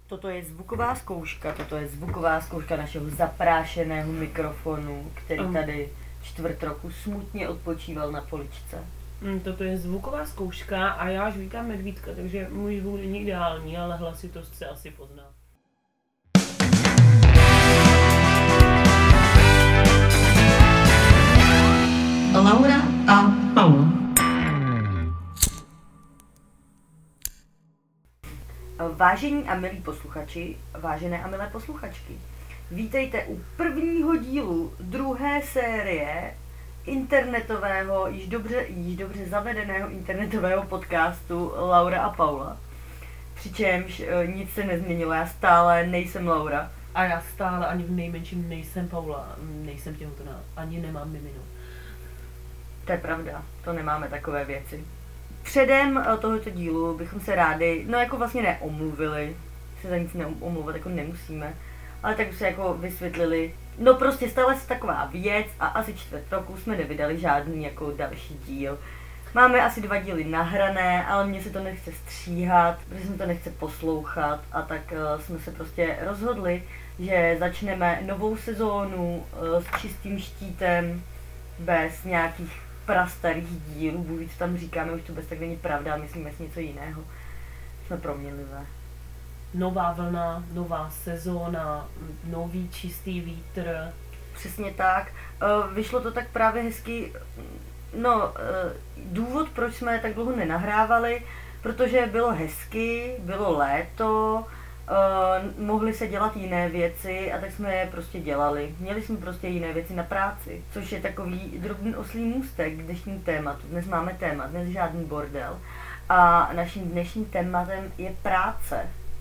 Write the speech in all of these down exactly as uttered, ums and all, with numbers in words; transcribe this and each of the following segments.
Toto je zvuková zkouška, toto je zvuková zkouška našeho zaprášeného mikrofonu, který Um. tady čtvrt roku smutně odpočíval na poličce. Mm, Toto je zvuková zkouška a já už vítám Medvídka, takže můj zvuk není ideální, ale hlasitost se asi pozná. Laura a Paula. Vážení a milí posluchači, vážené a milé posluchačky, vítejte u prvního dílu druhé série internetového, již dobře, již dobře zavedeného internetového podcastu Laura a Paula. Přičemž e, nic se nezměnilo, já stále nejsem Laura. A já stále ani v nejmenším nejsem Paula, nejsem těhotná, ani nemám mimino. To je pravda, to nemáme takové věci. Předem e, tohoto dílu bychom se rádi, no jako vlastně neomluvili, se za nic neomluvat jako nemusíme, ale tak se jako vysvětlili. No prostě stala se taková věc a asi čtvrt roku jsme nevydali žádný jako další díl. Máme asi dva díly nahrané, ale mně se to nechce stříhat, protože se mi to nechce poslouchat a tak uh, jsme se prostě rozhodli, že začneme novou sezónu uh, s čistým štítem, bez nějakých prastarých dílů, Bůh ví, co tam říkáme, už to bez tak není pravda, myslíme si něco jiného. Jsme proměnlivé. Nová vlna, nová sezóna, nový čistý vítr. Přesně tak. Uh, vyšlo to tak právě hezky. No, uh, důvod, proč jsme tak dlouho nenahrávali, protože bylo hezky, bylo léto, uh, mohly se dělat jiné věci a tak jsme je prostě dělali. Měli jsme prostě jiné věci na práci, což je takový drobný oslý můstek k dnešním tématu. Dnes máme téma, dnes žádný bordel. A naším dnešním tématem je práce.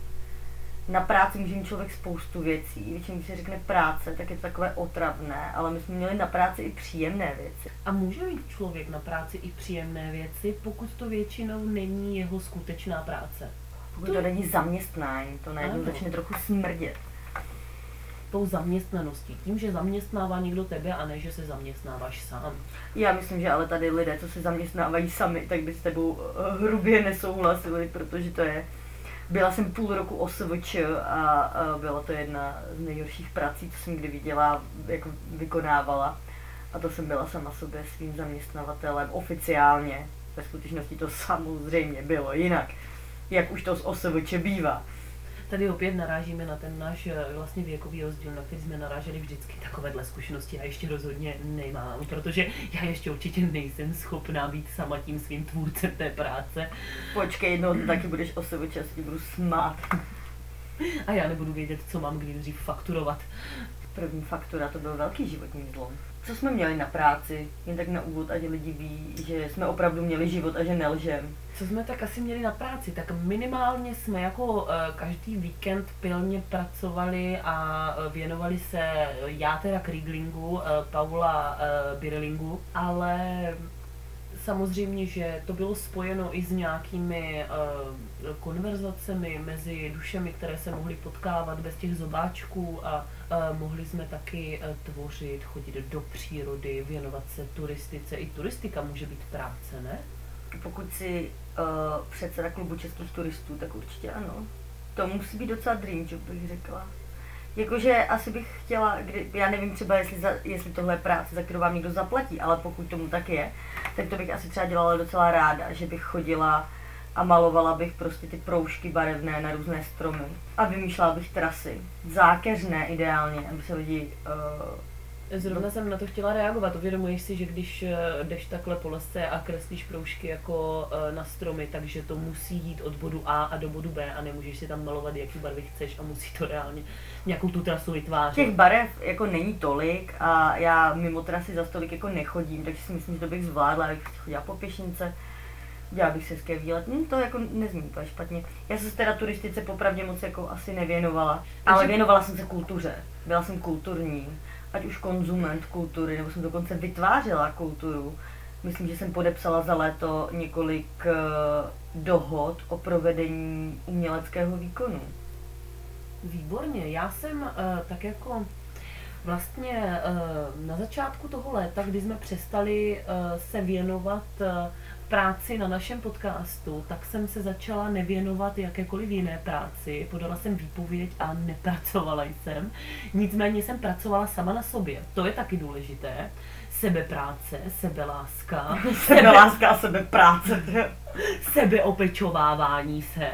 Na práci může mít člověk spoustu věcí. Většinou, když se řekne práce, tak je to takové otravné, ale my jsme měli na práci i příjemné věci. A může mít člověk na práci i příjemné věci, pokud to většinou není jeho skutečná práce. Pokud to není zaměstnání, to najednou Ano. začne trochu smrdět. Tou zaměstnaností, tím, že zaměstnává někdo tebe a ne, že se zaměstnáváš sám. Já myslím, že ale tady lidé, co se zaměstnávají sami, tak by s tebou hrubě nesouhlasili, protože to je... Byla jsem půl roku O S V Č a, a byla to jedna z nejhorších prací, co jsem kdy viděla, jako vykonávala. A to jsem byla sama sobě svým zaměstnavatelem oficiálně. Ve skutečnosti to samozřejmě bylo jinak, jak už to z O S V Č bývá. Tady opět narážíme na ten náš vlastně věkový rozdíl, na který jsme naráželi vždycky. Takovéhle zkušenosti já ještě rozhodně nemám, protože já ještě určitě nejsem schopná být sama tím svým tvůrcem té práce. Počkej, jednou taky budeš O S V Č, já se ti budu smát. A já nebudu vědět, co mám kdy dřív fakturovat. První faktura, to byl velký životní zlom. Co jsme měli na práci? Jen tak na úvod, ať lidi ví, že jsme opravdu měli život a že nelžem. Co jsme tak asi měli na práci? Tak minimálně jsme jako uh, každý víkend pilně pracovali a uh, věnovali se uh, já teda Krieglingu, uh, Paula uh, Birlingu, ale samozřejmě, že to bylo spojeno i s nějakými uh, konverzacemi mezi dušemi, které se mohly potkávat bez těch zobáčků a uh, mohli jsme taky uh, tvořit, chodit do přírody, věnovat se turistice. I turistika může být práce, ne? Pokud si uh, předseda klubu českých turistů, tak určitě ano. To musí být docela dream job, bych řekla. Jakože asi bych chtěla, kdy, já nevím třeba, jestli, za, jestli tohle je práce, za kterou vám někdo zaplatí, ale pokud tomu tak je, tak to bych asi třeba dělala docela ráda, že bych chodila a malovala bych prostě ty proužky barevné na různé stromy. A vymýšlela bych trasy, zákeřné ideálně, aby se lidi... Uh, Zrovna jsem na to chtěla reagovat. Uvědomuješ si, že když jdeš takhle po lesce a kreslíš proužky jako na stromy, takže to musí jít od bodu A a do bodu B a nemůžeš si tam malovat, jaký barvy chceš a musí to reálně nějakou tu trasu vytvářet. Těch barev jako není tolik a já mimo trasy za stolik jako nechodím, takže si myslím, že to bych zvládla, abych chodila po pěšince. Dělala bych se hezké výlet, hm, to jako nezní úplně špatně. Já jsem se teda turistice popravdě moc jako asi nevěnovala, ale věnovala jsem se kultuře, byla jsem kulturní. Ať už konzument kultury, nebo jsem dokonce vytvářela kulturu. Myslím, že jsem podepsala za léto několik uh, dohod o provedení uměleckého výkonu. Výborně, já jsem uh, tak jako Vlastně na začátku toho léta, kdy jsme přestali se věnovat práci na našem podcastu, tak jsem se začala nevěnovat jakékoliv jiné práci. Podala jsem výpověď a nepracovala jsem. Nicméně jsem pracovala sama na sobě. To je taky důležité. Sebepráce, sebeláska. Sebeláska a sebepráce. Sebeopečovávání se.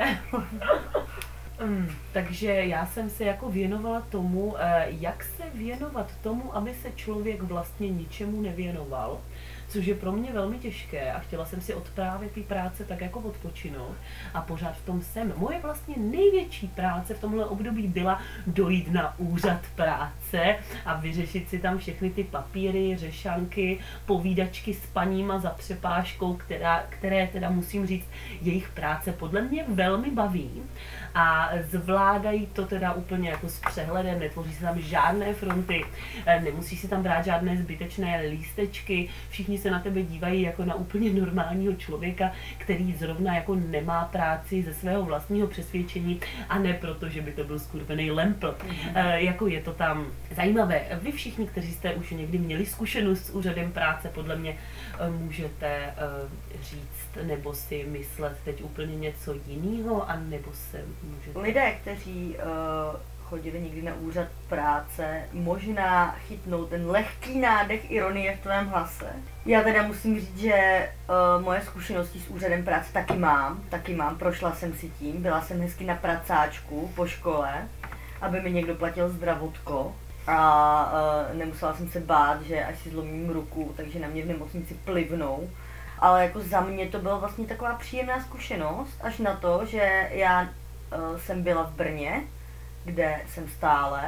Mm, takže já jsem se jako věnovala tomu, jak se věnovat tomu, aby se člověk vlastně ničemu nevěnoval, což je pro mě velmi těžké a chtěla jsem si od právě té práce tak jako odpočinout a pořád v tom jsem. Moje vlastně největší práce v tomhle období byla dojít na úřad práce a vyřešit si tam všechny ty papíry, řešanky, povídačky s paníma za přepážkou, která, které teda musím říct, jejich práce podle mě velmi baví a zvládají to teda úplně jako s přehledem, netvoří se tam žádné fronty, nemusí si tam brát žádné zbytečné lístečky, všichni se na tebe dívají jako na úplně normálního člověka, který zrovna jako nemá práci ze svého vlastního přesvědčení a ne proto, že by to byl skurvený lempl. Mm. E, jako je to tam zajímavé. Vy všichni, kteří jste už někdy měli zkušenost s úřadem práce, podle mě e, můžete e, říct nebo si myslet teď úplně něco jiného, a nebo se můžete... Lidé, kteří uh, chodili někdy na úřad práce, možná chytnou ten lehký nádech ironie v tvém hlase. Já teda musím říct, že uh, moje zkušenosti s úřadem práce taky mám, taky mám, prošla jsem si tím, byla jsem hezky na pracáčku po škole, aby mi někdo platil zdravotko a uh, nemusela jsem se bát, že až si zlomím ruku, takže na mě v nemocnici plivnou. Ale jako za mě to byla vlastně taková příjemná zkušenost, až na to, že já uh, jsem byla v Brně, kde jsem stále,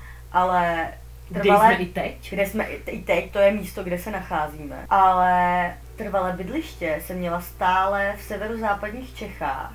ale trvalé, kde jsme i teď? Kde jsme i, i teď, to je místo, kde se nacházíme. Ale trvalé bydliště jsem měla stále v severozápadních Čechách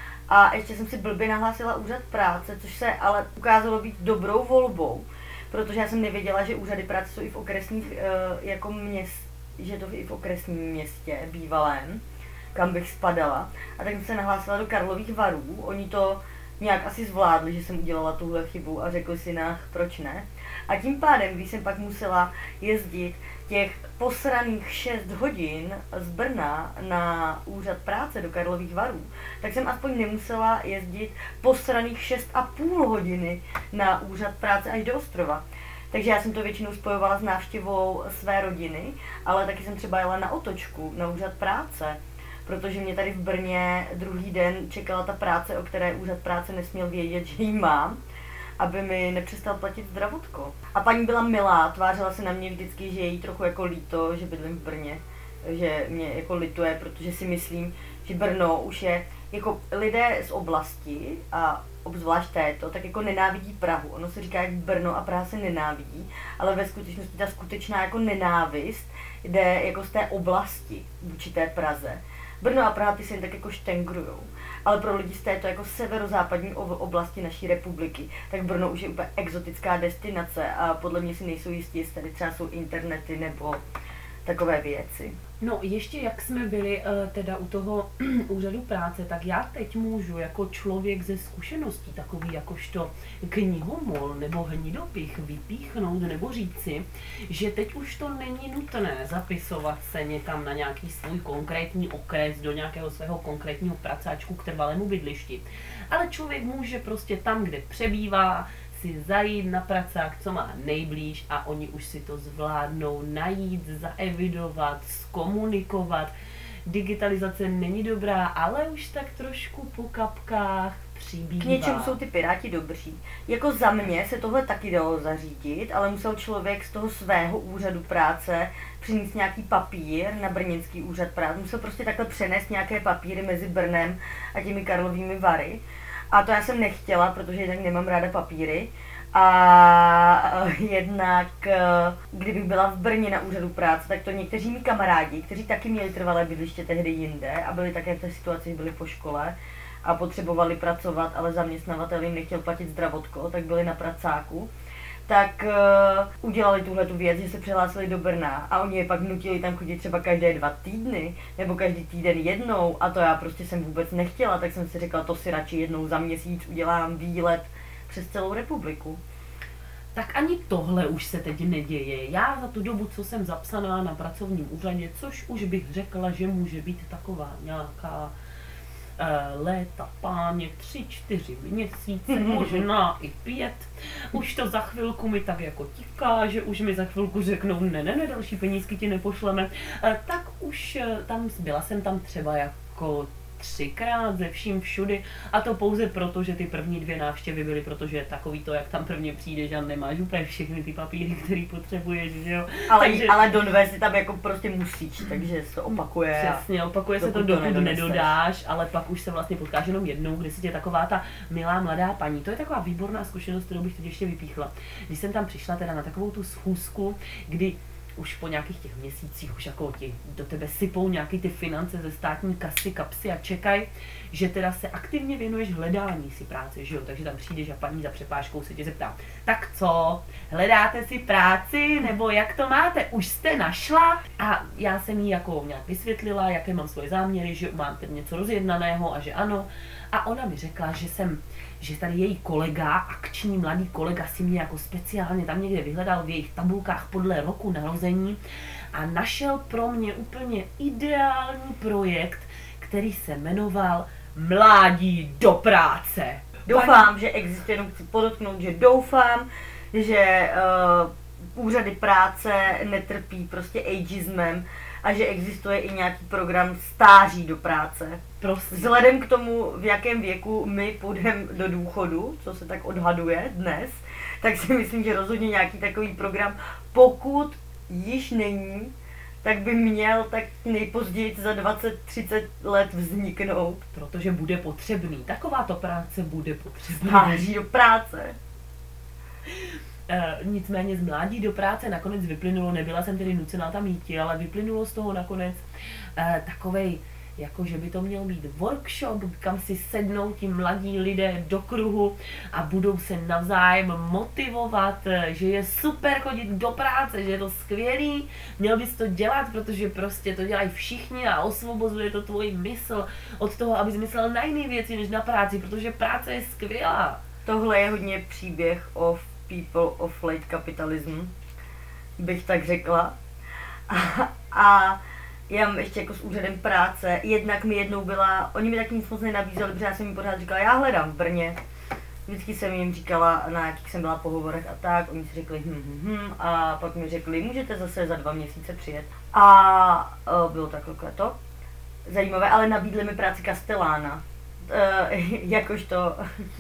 a ještě jsem si blbě nahlásila úřad práce, což se ale ukázalo být dobrou volbou, protože já jsem nevěděla, že úřady práce jsou i v okresních uh, jako měst, že to i v okresním městě bývalém, kam bych spadala. A tak jsem se nahlásila do Karlových Varů. Oni to nějak asi zvládli, že jsem udělala tuhle chybu a řekli si nach, proč ne. A tím pádem, když jsem pak musela jezdit těch posraných šest hodin z Brna na úřad práce do Karlových Varů, tak jsem aspoň nemusela jezdit posraných šest a půl hodiny na úřad práce až do Ostrova. Takže já jsem to většinou spojovala s návštěvou své rodiny, ale taky jsem třeba jela na otočku, na úřad práce, protože mě tady v Brně druhý den čekala ta práce, o které úřad práce nesměl vědět, že ji mám, aby mi nepřestal platit zdravotko. A paní byla milá, tvářila se na mě vždycky, že je jí trochu jako líto, že bydlím v Brně, že mě jako lituje, protože si myslím, že Brno už je, jako lidé z oblasti a obzvlášť této, tak jako nenávidí Prahu. Ono se říká, jak Brno a Praha se nenávidí, ale ve skutečnosti ta skutečná jako nenávist jde jako z té oblasti vůči té Praze. Brno a Praha ty se jen tak jako štengrujou, ale pro lidi z této jako severozápadní oblasti naší republiky, tak Brno už je úplně exotická destinace a podle mě si nejsou jistí, jestli tady třeba jsou internety nebo takové věci. No ještě jak jsme byli uh, teda u toho úřadu práce, tak já teď můžu jako člověk ze zkušeností, takový jakožto knihomol nebo hnidopich vypíchnout nebo říci, že teď už to není nutné zapisovat se někam na nějaký svůj konkrétní okres, do nějakého svého konkrétního pracáčku k trvalému bydlišti. Ale člověk může prostě tam, kde přebývá, si zajít na pracák, co má nejblíž a oni už si to zvládnou najít, zaevidovat, zkomunikovat. Digitalizace není dobrá, ale už tak trošku po kapkách přibývá. K něčemu jsou ty Piráti dobří. Jako za mě se tohle taky dalo zařídit, ale musel člověk z toho svého úřadu práce přinést nějaký papír na brněnský úřad práce. Musel prostě takhle přenést nějaké papíry mezi Brnem a těmi Karlovými Vary. A to já jsem nechtěla, protože jinak nemám ráda papíry. A jednak, kdybych byla v Brně na úřadu práce, tak to někteří mý kamarádi, kteří taky měli trvalé bydliště tehdy jinde a byli také v té situaci, byli po škole a potřebovali pracovat, ale zaměstnavatel jim nechtěl platit zdravotko, tak byli na pracáku, tak uh, udělali tuhletu věc, že se přihlásili do Brna a oni je pak nutili tam chodit třeba každé dva týdny nebo každý týden jednou a to já prostě jsem vůbec nechtěla, tak jsem si řekla, to si radši jednou za měsíc udělám výlet přes celou republiku. tak ani tohle už se teď neděje. Já za tu dobu, co jsem zapsaná na pracovním úřadě, což už bych řekla, že může být taková nějaká léta páně, tři, čtyři měsíce, možná i pět. Už to za chvilku mi tak jako tiká, že už mi za chvilku řeknou, ne, ne, ne, další penízky ti nepošleme. Tak už tam, byla jsem tam třeba jako třikrát ze vším všudy a to pouze proto, že ty první dvě návštěvy byly, protože takový to, jak tam prvně přijdeš a nemáš úplně všechny ty papíry, který potřebuješ, že jo. Ale, takže, ale donvést si tam jako prostě musíš, takže se to opakuje. Přesně, opakuje se to, dokud nedodáš, ale pak už se vlastně potkáš jenom jednou, kdy si tě taková ta milá mladá paní, to je taková výborná zkušenost, kterou bych teď ještě vypíchla. Když jsem tam přišla teda na takovou tu schůzku, kdy už po nějakých těch měsících už jako ti do tebe sypou nějaký ty finance ze státní kasy, kapsy a čekají, že teda se aktivně věnuješ hledání si práce, že jo? Takže tam přijdeš a paní za přepážkou se tě zeptá, tak co, hledáte si práci, nebo jak to máte, už jste našla? A já jsem jí jako nějak vysvětlila, jaké mám svoje záměry, že mám teď něco rozjednaného a že ano. A ona mi řekla, že jsem že tady její kolega, akční mladý kolega si mě jako speciálně tam někde vyhledal v jejich tabulkách podle roku narození a našel pro mě úplně ideální projekt, který se jmenoval Mládí do práce. Doufám, že existuje, jenom chci podotknout, že doufám, že uh, úřady práce netrpí prostě ageismem a že existuje i nějaký program stáří do práce. Prostě. Vzhledem k tomu, v jakém věku my půjdeme do důchodu, co se tak odhaduje dnes, tak si myslím, že rozhodně nějaký takový program, pokud již není, tak by měl tak nejpozději za dvacet třicet let vzniknout. Protože bude potřebný. Takováto práce bude potřebná. Stáří do práce. E, nicméně z Mládí do práce nakonec vyplynulo, nebyla jsem tedy nucená tam jít, ale vyplynulo z toho nakonec e, takovej, jako že by to měl být workshop, kam si sednou ti mladí lidé do kruhu a budou se navzájem motivovat, že je super chodit do práce, že je to skvělý, měl bys to dělat, protože prostě to dělají všichni a osvobozuje to tvoji mysl od toho, abys myslel na jiné věci než na práci, protože práce je skvělá. Tohle je hodně příběh of people of late capitalism, bych tak řekla. A, a já mám ještě jako s úřadem práce, jednak mi jednou byla, oni mi taky nic moc nenabízeli, protože já jsem jim pořád říkala, já hledám v Brně. Vždycky jsem jim říkala, na jakých jsem byla pohovorech a tak, oni si řekli hm, hm, hm, a pak mi řekli, můžete zase za dva měsíce přijet. A o, bylo takové to zajímavé, ale nabídli mi práci kastelána, e, jakožto,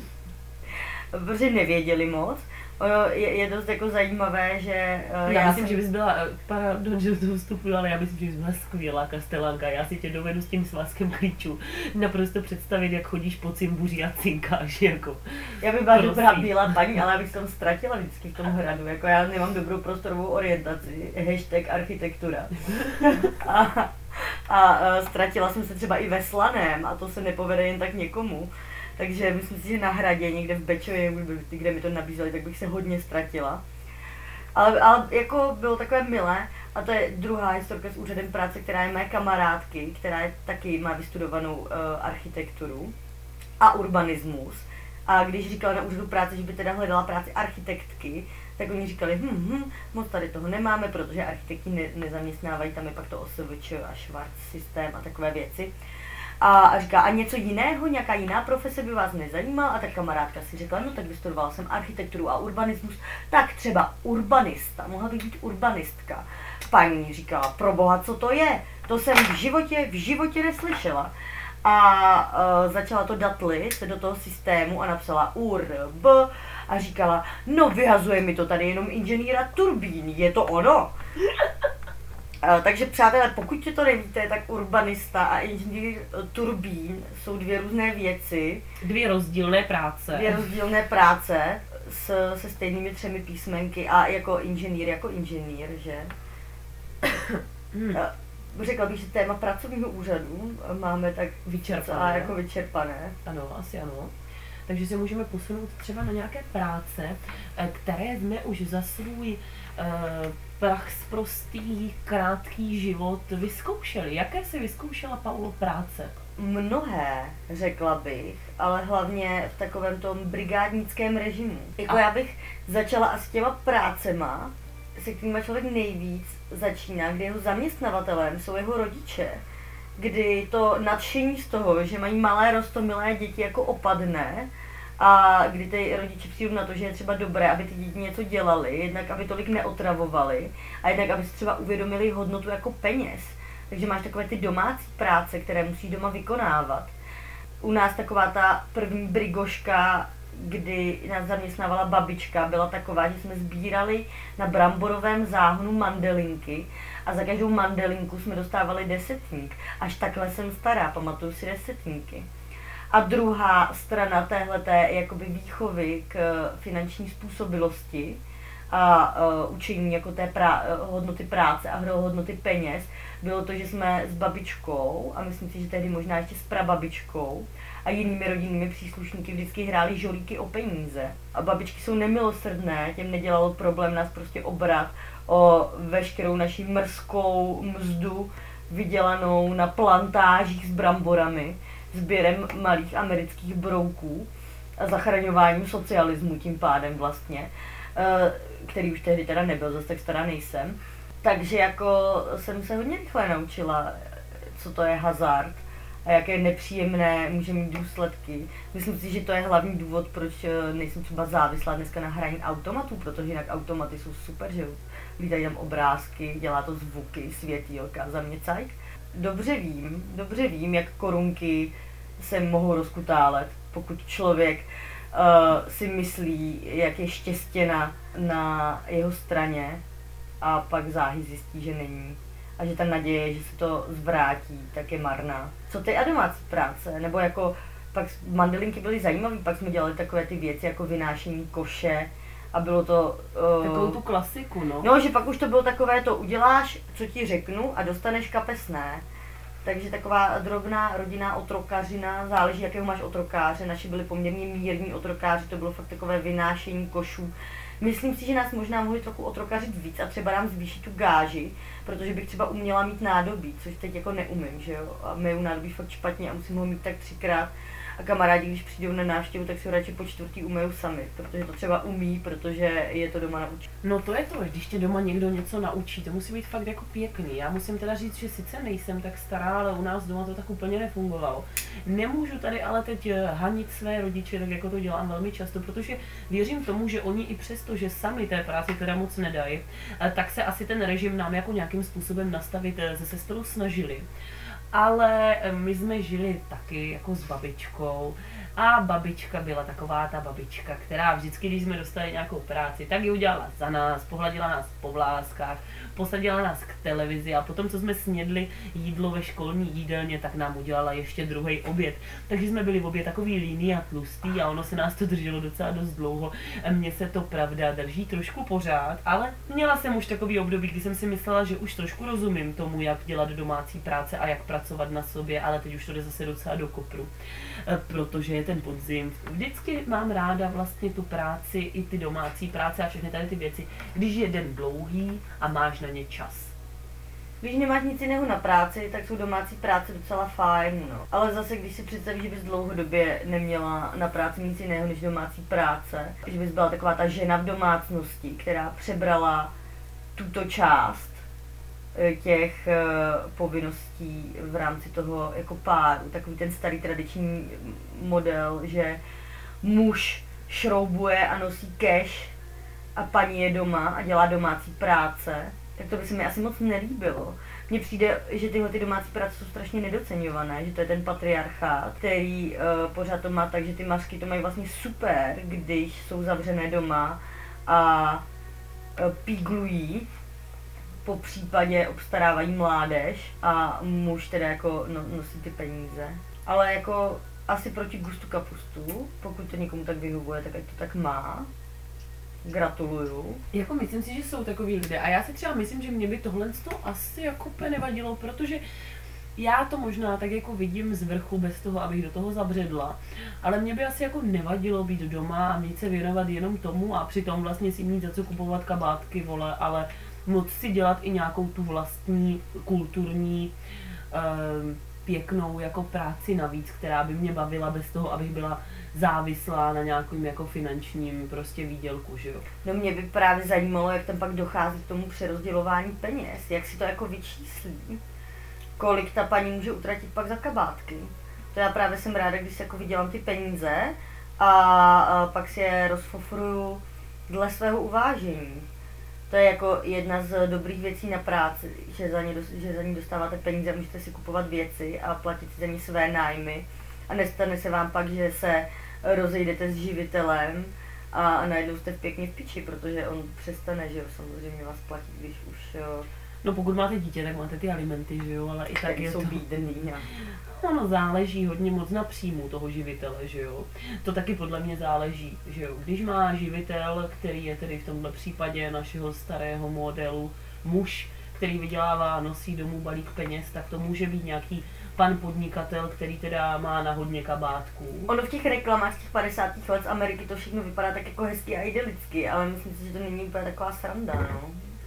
protože nevěděli moc. Je, je dost jako zajímavé, že... Uh, já, já myslím, jsem... že bys byla, pardon, že to vstupuju, ale já myslím, že bys byla skvělá kastelánka. Já si tě dovedu s tím svazkem klíčů naprosto představit, jak chodíš po cimbuři a cinkáš, jako. Já bych byla Prosím. dobrá bílá paní, ale já bych se tam ztratila vždycky v tom hradu, jako já nemám dobrou prostorovou orientaci, hashtag architektura. a, a uh, ztratila jsem se třeba i ve Slaném a to se nepovede jen tak někomu. Takže myslím si, že na Hradě, někde v Bečově, kde mi to nabízeli, tak bych se hodně ztratila. Ale, ale jako bylo takové milé, a to je druhá historka s úřadem práce, která je mé kamarádky, která je taky má vystudovanou uh, architekturu a urbanismus. A když říkala na úřadu práce, že by teda hledala práci architektky, tak oni říkali, hm, hm, moc tady toho nemáme, protože architekti ne, nezaměstnávají, tam je pak to O S V Č a Schwarz systém a takové věci. A, a říká, a něco jiného, nějaká jiná profese by vás nezajímala? A ta kamarádka si řekla, no tak vystudovala jsem architekturu a urbanismus, tak třeba urbanista, mohla by být urbanistka. Paní říkala, proboha, co to je? To jsem v životě, v životě neslyšela. A uh, začala to datlit do toho systému a napsala U R B a říkala, no vyhazuje mi to tady jenom inženýra turbín, je to ono? Uh, takže přátelé, pokud to nevíte, tak urbanista a inženýr turbín jsou dvě různé věci. Dvě rozdílné práce. Dvě rozdílné práce s, se stejnými třemi písmenky a jako inženýr, jako inženýr, že? Hmm. Uh, řekla bych, že téma pracovního úřadu máme tak vyčerpané. Jako vyčerpané. Ano, asi ano. Takže se můžeme posunout třeba na nějaké práce, které jsme už za svůj uh, praxprostý, krátký život vyzkoušeli. Jaké jsi vyzkoušela, Paulo, práce? mnohé, řekla bych, ale hlavně v takovém tom brigádnickém režimu. Jako A- já bych začala asi těma prácema, se kterýma člověk nejvíc začíná, kdy jeho zaměstnavatelem jsou jeho rodiče, kdy to nadšení z toho, že mají malé roztomilé děti, jako opadne, a kdy ty rodiče přijdou na to, že je třeba dobré, aby ty děti něco dělali, jednak aby tolik neotravovali a jednak aby si třeba uvědomili hodnotu jako peněz. Takže máš takové ty domácí práce, které musí doma vykonávat. U nás taková ta první brigoška, kdy nás zaměstnávala babička, byla taková, že jsme sbírali na bramborovém záhonu mandelinky a za každou mandelinku jsme dostávali desetník. Až takhle jsem stará, pamatuju si desetníky. A druhá strana téhleté jakoby výchovy k finanční způsobilosti a uh, učení jako té prá- hodnoty práce a hodnoty peněz bylo to, že jsme s babičkou, a myslím si, že tehdy možná ještě s prababičkou a jinými rodinnými příslušníky vždycky hráli žolíky o peníze. A babičky jsou nemilosrdné, těm nedělalo problém nás prostě obrat o veškerou naši mrzkou mzdu vydělanou na plantážích s bramborami, sběrem malých amerických brouků a zachraňováním socialismu tím pádem vlastně, který už tehdy teda nebyl, zase tak stará nejsem. Takže jako jsem se hodně rychle naučila, co to je hazard a jaké nepříjemné může mít důsledky. Myslím si, že to je hlavní důvod, proč nejsem třeba závislá dneska na hraní automatů, protože jinak automaty jsou super, že lítají tam obrázky, dělá to zvuky, světýlka, za mě cajk. Dobře vím, dobře vím, jak korunky se mohou rozkutálet, pokud člověk uh, si myslí, jak je štěstěna na jeho straně a pak záhy zjistí, že není. A že ta naděje, že se to zvrátí, tak je marná. Co ty a domácí práce? Nebo jako pak mandelinky byly zajímavé, pak jsme dělali takové ty věci jako vynášení koše a bylo to... Uh, Takovou tu klasiku, no. No, že pak už to bylo takové to, uděláš, co ti řeknu a dostaneš kapesné. Takže taková drobná rodinná otrokařina, záleží, jakého máš otrokáře. Naši byli poměrně mírní otrokáři, to bylo fakt takové vynášení košů. Myslím si, že nás možná mohli trochu otrokařit víc a třeba nám zvýšit tu gáži, protože bych třeba uměla mít nádobí, což teď jako neumím, že jo. A myju nádobí fakt špatně a musím ho mít tak třikrát. A kamarádi, když přijdou na návštěvu, tak si ho radši po čtvrtý umyjou sami, protože to třeba umí, protože je to doma naučí. No to je to, když tě doma někdo něco naučí, to musí být fakt jako pěkný. Já musím teda říct, že sice nejsem tak stará, ale u nás doma to tak úplně nefungovalo. Nemůžu tady ale teď hanit své rodiče, tak jako to dělám velmi často, protože věřím tomu, že oni i přesto, že sami té práci teda moc nedají, tak se asi ten režim nám jako nějakým způsobem nastavit se sestrou snažili. Ale my jsme žili taky jako s babičkou a babička byla taková ta babička, která vždycky, když jsme dostali nějakou práci, tak ji udělala za nás, pohladila nás po vláskách, posadila nás k televizi a potom, co jsme snědli jídlo ve školní jídelně, tak nám udělala ještě druhý oběd. Takže jsme byli v obě takový líný a tlustý a ono se nás to drželo docela dost dlouho. Mně se to pravda drží trošku pořád, ale měla jsem už takový období, kdy jsem si myslela, že už trošku rozumím tomu, jak dělat domácí práce a jak pracovat na sobě, ale teď už to jde zase docela do kopru, protože je ten podzim. Vždycky mám ráda vlastně tu práci, i ty domácí práce a všechny tady ty věci, když je den dlouhý a máš na ně čas. Když nemáš nic jiného na práci, tak jsou domácí práce docela fajn, no. Ale zase, když si představíš, že bys dlouhodobě neměla na práci nic jiného než domácí práce, že bys byla taková ta žena v domácnosti, která přebrala tuto část těch uh, povinností v rámci toho jako páru, takový ten starý tradiční model, že muž šroubuje a nosí cash a paní je doma a dělá domácí práce, tak to by se mi asi moc nelíbilo. Mně přijde, že tyhle ty domácí práce jsou strašně nedoceňované, že to je ten patriarchát, který uh, pořád to má tak, že ty mařky to mají vlastně super, když jsou zavřené doma a uh, píglují, po případě obstarávají mládež a muž teda jako no, nosí ty peníze. Ale jako asi proti gustu kapustu, pokud to někomu tak vyhovuje, tak ať to tak má. Gratuluju. Jako myslím si, že jsou takový lidé a já si třeba myslím, že mě by tohle asi jako úplně nevadilo, protože já to možná tak jako vidím z vrchu bez toho, abych do toho zabředla, ale mě by asi jako nevadilo být doma a mít se věnovat jenom tomu a přitom vlastně si mít za co kupovat kabátky, vole, ale moc si dělat i nějakou tu vlastní kulturní, uh, pěknou jako práci navíc, která by mě bavila bez toho, abych byla závislá na nějakým jako finančním prostě výdělku, že jo. No mě by právě zajímalo, jak tam pak dochází k tomu přerozdělování peněz, jak si to jako vyčíslí, kolik ta paní může utratit pak za kabátky. To já právě jsem ráda, když si jako vydělám ty peníze a, a pak si je rozfofruju dle svého uvážení. To je jako jedna z dobrých věcí na práci, že za ní, že za ní dostáváte peníze, můžete si kupovat věci a platit si za ní své nájmy. A nestane se vám pak, že se rozejdete s živitelem a, a najednou jste pěkně v piči, protože on přestane, že jo, samozřejmě vás platit, když už... Jo, no pokud máte dítě, tak máte ty alimenty, že jo, ale i tak je jsou to... bídný. Ono záleží hodně moc na příjmu toho živitele, že jo. To taky podle mě záleží, že jo. Když má živitel, který je tedy v tomhle případě našeho starého modelu muž, který vydělává, nosí domů balík peněz, tak to může být nějaký pan podnikatel, který teda má na hodně kabátků. Ono v těch reklamách z těch padesátých let z Ameriky to všechno vypadá tak jako hezky a idylicky, ale myslím si, že to není úplně taková sranda, no.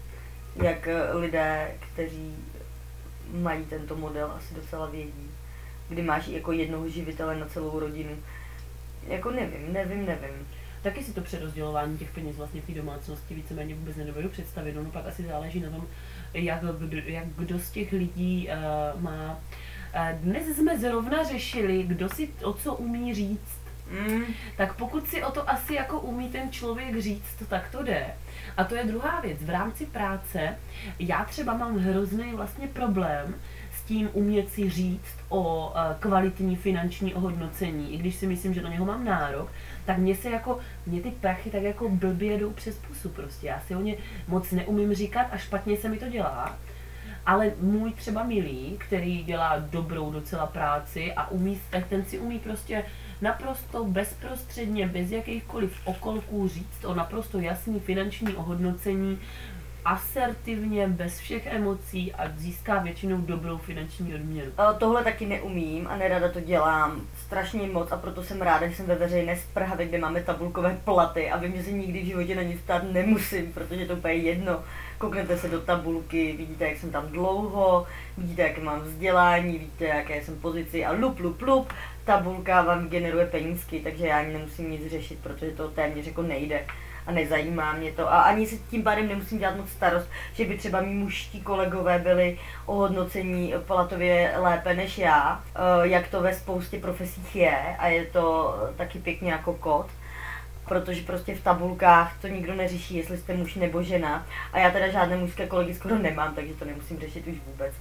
Jak lidé, kteří mají tento model, asi docela vědí. Kdy máš jako jednoho živitele na celou rodinu. Jako nevím, nevím, nevím. Taky si to přerozdělování těch peněz vlastně v té domácnosti víceméně vůbec nedovedu představit. No pak asi záleží na tom, jak kdo, jak kdo z těch lidí uh, má. Uh, dnes jsme zrovna řešili, kdo si o co umí říct. Mm. Tak pokud si o to asi jako umí ten člověk říct, tak to jde. A to je druhá věc. V rámci práce já třeba mám hrozný vlastně problém s tím umět si říct o kvalitní finanční ohodnocení. I když si myslím, že na něho mám nárok, tak mně se jako, mně ty prachy tak jako blbě jdou přes pusu prostě. Já si o ně moc neumím říkat a špatně se mi to dělá. Ale můj třeba milý, který dělá dobrou docela práci a umí, tak ten si umí prostě naprosto bezprostředně, bez jakýchkoliv okolků říct o naprosto jasný finanční ohodnocení, asertivně, bez všech emocí a získá většinou dobrou finanční odměnu. Tohle taky neumím a nerada to dělám strašně moc a proto jsem ráda, že jsem ve veřejné správě, kde máme tabulkové platy a vím, že se nikdy v životě na nic ptát nemusím, protože to úplně jedno. Kouknete se do tabulky, vidíte, jak jsem tam dlouho, vidíte, jaké mám vzdělání, vidíte, jaké jsem pozici a lup, lup, lup, tabulka vám generuje penízky, takže já ani nemusím nic řešit, protože to téměř jako nejde. A nezajímá mě to a ani si tím pádem nemusím dělat moc starost, že by třeba mý mužští kolegové byli ohodnocení platově lépe než já, jak to ve spoustě profesích je a je to taky pěkně jako kód, protože prostě v tabulkách to nikdo neřeší, jestli jste muž nebo žena a já teda žádné mužské kolegy skoro nemám, takže to nemusím řešit už vůbec.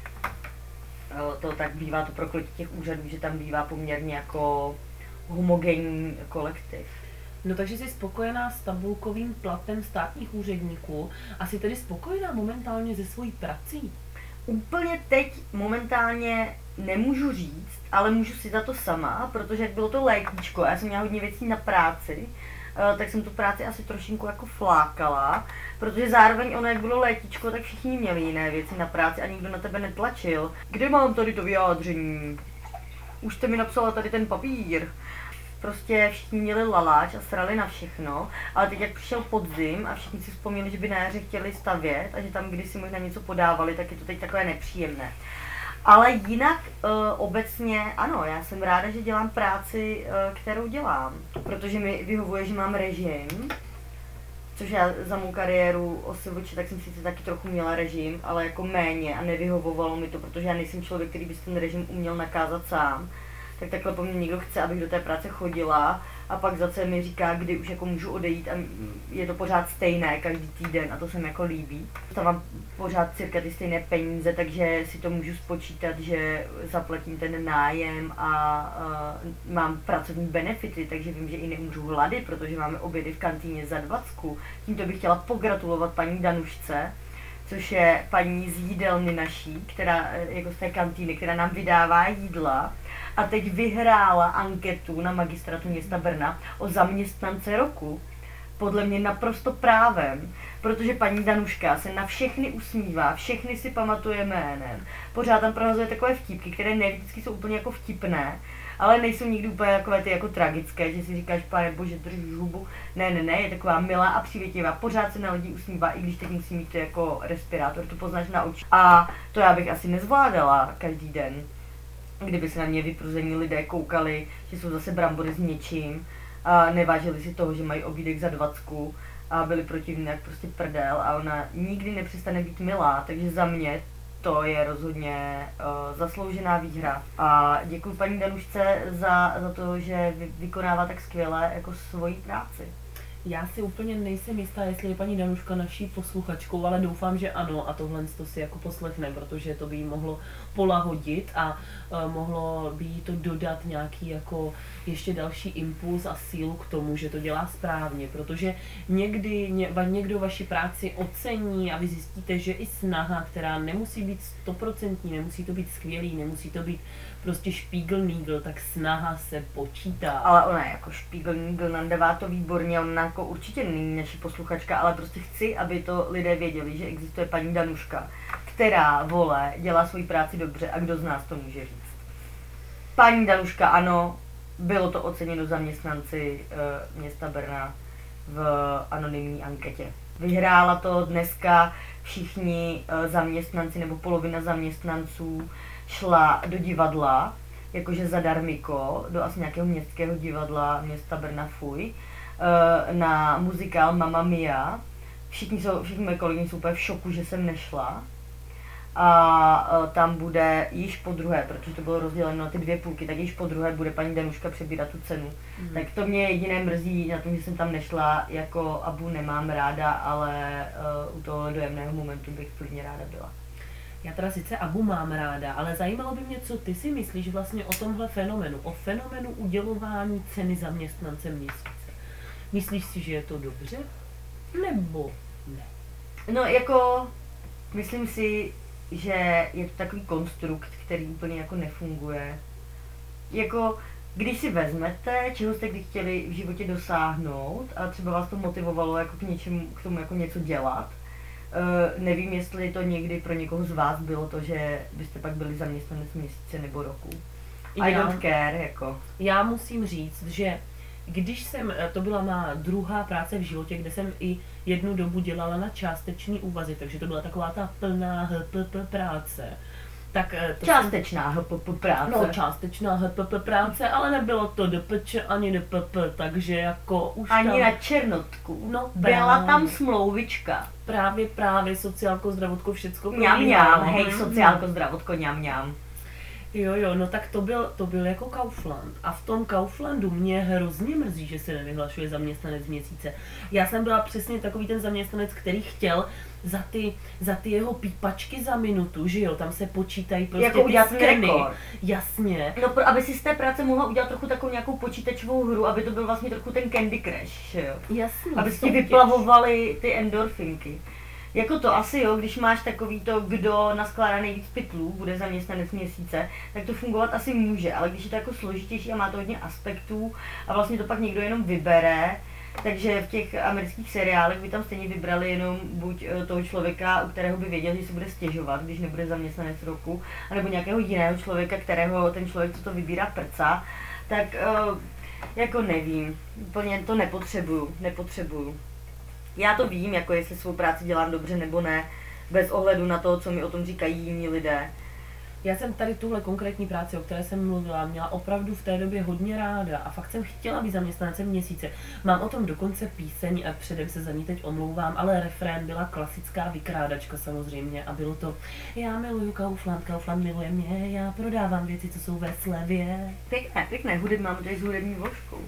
To tak bývá to prokletí těch úřadů, že tam bývá poměrně jako homogenní kolektiv. No takže jsi spokojená s tabulkovým platem státních úředníků a jsi tedy spokojená momentálně se svojí prací? Úplně teď momentálně nemůžu říct, ale můžu si za to sama, protože jak bylo to létíčko, já jsem měla hodně věcí na práci, tak jsem tu práci asi trošinku jako flákala, protože zároveň ono, jak bylo létíčko, tak všichni měli jiné věci na práci a nikdo na tebe netlačil. Kde mám tady to vyjádření? Už jste mi napsala tady ten papír. Prostě všichni měli laláč a srali na všechno, ale teď jak přišel podzim a všichni si vzpomněli, že by na jaře chtěli stavět a že tam kdysi možná něco podávali, tak je to teď takové nepříjemné. Ale jinak e, obecně ano, já jsem ráda, že dělám práci, e, kterou dělám, protože mi vyhovuje, že mám režim, což já za mou kariéru osivoče, tak jsem sice taky trochu měla režim, ale jako méně a nevyhovovalo mi to, protože já nejsem člověk, který by si ten režim uměl nakázat sám. Tak takhle po mně někdo chce, abych do té práce chodila a pak zase mi říká, kdy už jako můžu odejít a je to pořád stejné každý týden a to se mi jako líbí. Dostávám pořád cirka ty stejné peníze, takže si to můžu spočítat, že zaplatím ten nájem a, a mám pracovní benefity, takže vím, že i neumřu hlady, protože máme obědy v kantýně za dvacku. Tímto bych chtěla pogratulovat paní Danušce, což je paní z jídelny naší, která, jako z té kantýny, která nám vydává jídla. A teď vyhrála anketu na magistratu města Brna o zaměstnance roku. Podle mě naprosto právem, protože paní Danuška se na všechny usmívá, všechny si pamatuje jménem. Pořád tam prohazuje takové vtipky, které ne vždycky jsou úplně jako vtipné, ale nejsou nikdy úplně takové ty jako tragické, že si říkáš, pane bože, držíš hubu. Ne, ne, ne, je taková milá a přívětivá, pořád se na lidi usmívá, i když teď musí mít to jako respirátor, to poznáš na oči. A to já bych asi nezvládala každý den. kdyby se na mě vypruzení lidé koukali, že jsou zase brambory s něčím a nevážili si toho, že mají obídek za dvacku a byli proti mně jak prostě prdel a ona nikdy nepřestane být milá, takže za mě to je rozhodně uh, zasloužená výhra. A děkuji paní Danušce za, za to, že vy, vykonává tak skvěle jako svoji práci. Já si úplně nejsem jistá, jestli je paní Danuška naší posluchačkou, ale doufám, že ano a tohle to si jako poslechne, protože to by jí mohlo polahodit a uh, mohlo by jí to dodat nějaký jako ještě další impuls a sílu k tomu, že to dělá správně, protože někdy ně, někdo vaši práci ocení a vy zjistíte, že i snaha, která nemusí být stoprocentní, nemusí to být skvělý, nemusí to být prostě špígl-nígl, tak snaha se počítá. Ale ona je jako špígl-nígl, nadává to výborně, ona jako určitě není naší posluchačka, ale prostě chci, aby to lidé věděli, že existuje paní Danuška, která, vole, dělá svoji práci dobře a kdo z nás to může říct. Paní Danuška, ano, bylo to oceněno zaměstnanci e, města Brna v anonymní anketě. Vyhrála to dneska všichni e, zaměstnanci nebo polovina zaměstnanců šla do divadla, jakože zadarmiko, do asi nějakého městského divadla města Brna Fuj, na muzikál Mamma Mia. Všichni, jsou, všichni moje kolegyně jsou úplně v šoku, že jsem nešla. A tam bude již po druhé, protože to bylo rozděleno na ty dvě půlky, tak již po druhé bude paní Danuška přebírat tu cenu. Mm. Tak to mě jediné mrzí na tom, že jsem tam nešla, jako Abu nemám ráda, ale uh, u toho dojemného momentu bych klidně ráda byla. Já teda sice Abu mám ráda, ale zajímalo by mě, co ty si myslíš vlastně o tomhle fenomenu, o fenomenu udělování ceny zaměstnance měsíce. Myslíš si, že je to dobře? Nebo ne? No jako, myslím si, že je to takový konstrukt, který úplně jako nefunguje. Jako, když si vezmete, čeho jste kdy chtěli v životě dosáhnout a třeba vás to motivovalo jako k něčemu, k tomu jako něco dělat, Uh, nevím, jestli to někdy pro někoho z vás bylo to, že byste pak byli zaměstnanec měsíce nebo roku. I já, don't care, jako. Já musím říct, že když jsem, to byla má druhá práce v životě, kde jsem i jednu dobu dělala na částečný úvazek, takže to byla taková ta plná H P P práce. Tak to částečná H P P práce. No, částečná H P P práce, ale nebylo to D P Č ani D P P, takže jako už ani tam... na černotku. No, byla právě. tam smlouvička. Právě, právě, sociálko, zdravotko, všecko Mňam, mňam, hej, sociálko, zdravotko, mňam, mňam. Jo, jo, no tak to byl, to byl jako Kaufland. A v tom Kauflandu mě hrozně mrzí, že se nevyhlašuje zaměstnanec měsíce. Já jsem byla přesně takový ten zaměstnanec, který chtěl za ty, za ty jeho pípačky za minutu, že jo, tam se počítají prostě jako ty skeny. Jasně. No, pro, aby si z té práce mohla udělat trochu takovou nějakou počítačovou hru, aby to byl vlastně trochu ten Candy Crush, že jo. Jasně. Aby si vyplavovaly ty endorfinky. Jako to asi jo, když máš takový to, kdo naskládá nejvíc pytlů, bude zaměstnanec měsíce, tak to fungovat asi může, ale když je to jako složitější a má to hodně aspektů a vlastně to pak někdo jenom vybere, takže v těch amerických seriálech by tam stejně vybrali jenom buď toho člověka, u kterého by věděl, že se bude stěžovat, když nebude zaměstnanec roku, anebo nějakého jiného člověka, kterého ten člověk, co to vybírá, prcá, tak jako nevím, úplně to nepotřebuju, nepotřebuju. Já to vím, jako jestli svou práci dělám dobře nebo ne, bez ohledu na to, co mi o tom říkají jiní lidé. Já jsem tady tuhle konkrétní práci, o které jsem mluvila, měla opravdu v té době hodně ráda a fakt jsem chtěla být zaměstnancem měsíce. Mám o tom dokonce píseň a předem se za ní teď omlouvám, ale refrén byla klasická vykrádačka samozřejmě a bylo to: já miluju Kaufland, Kaufland miluje mě, já prodávám věci, co jsou ve slevě. Pěkné, pěkné, hudeb mám tady s hudební vložkou.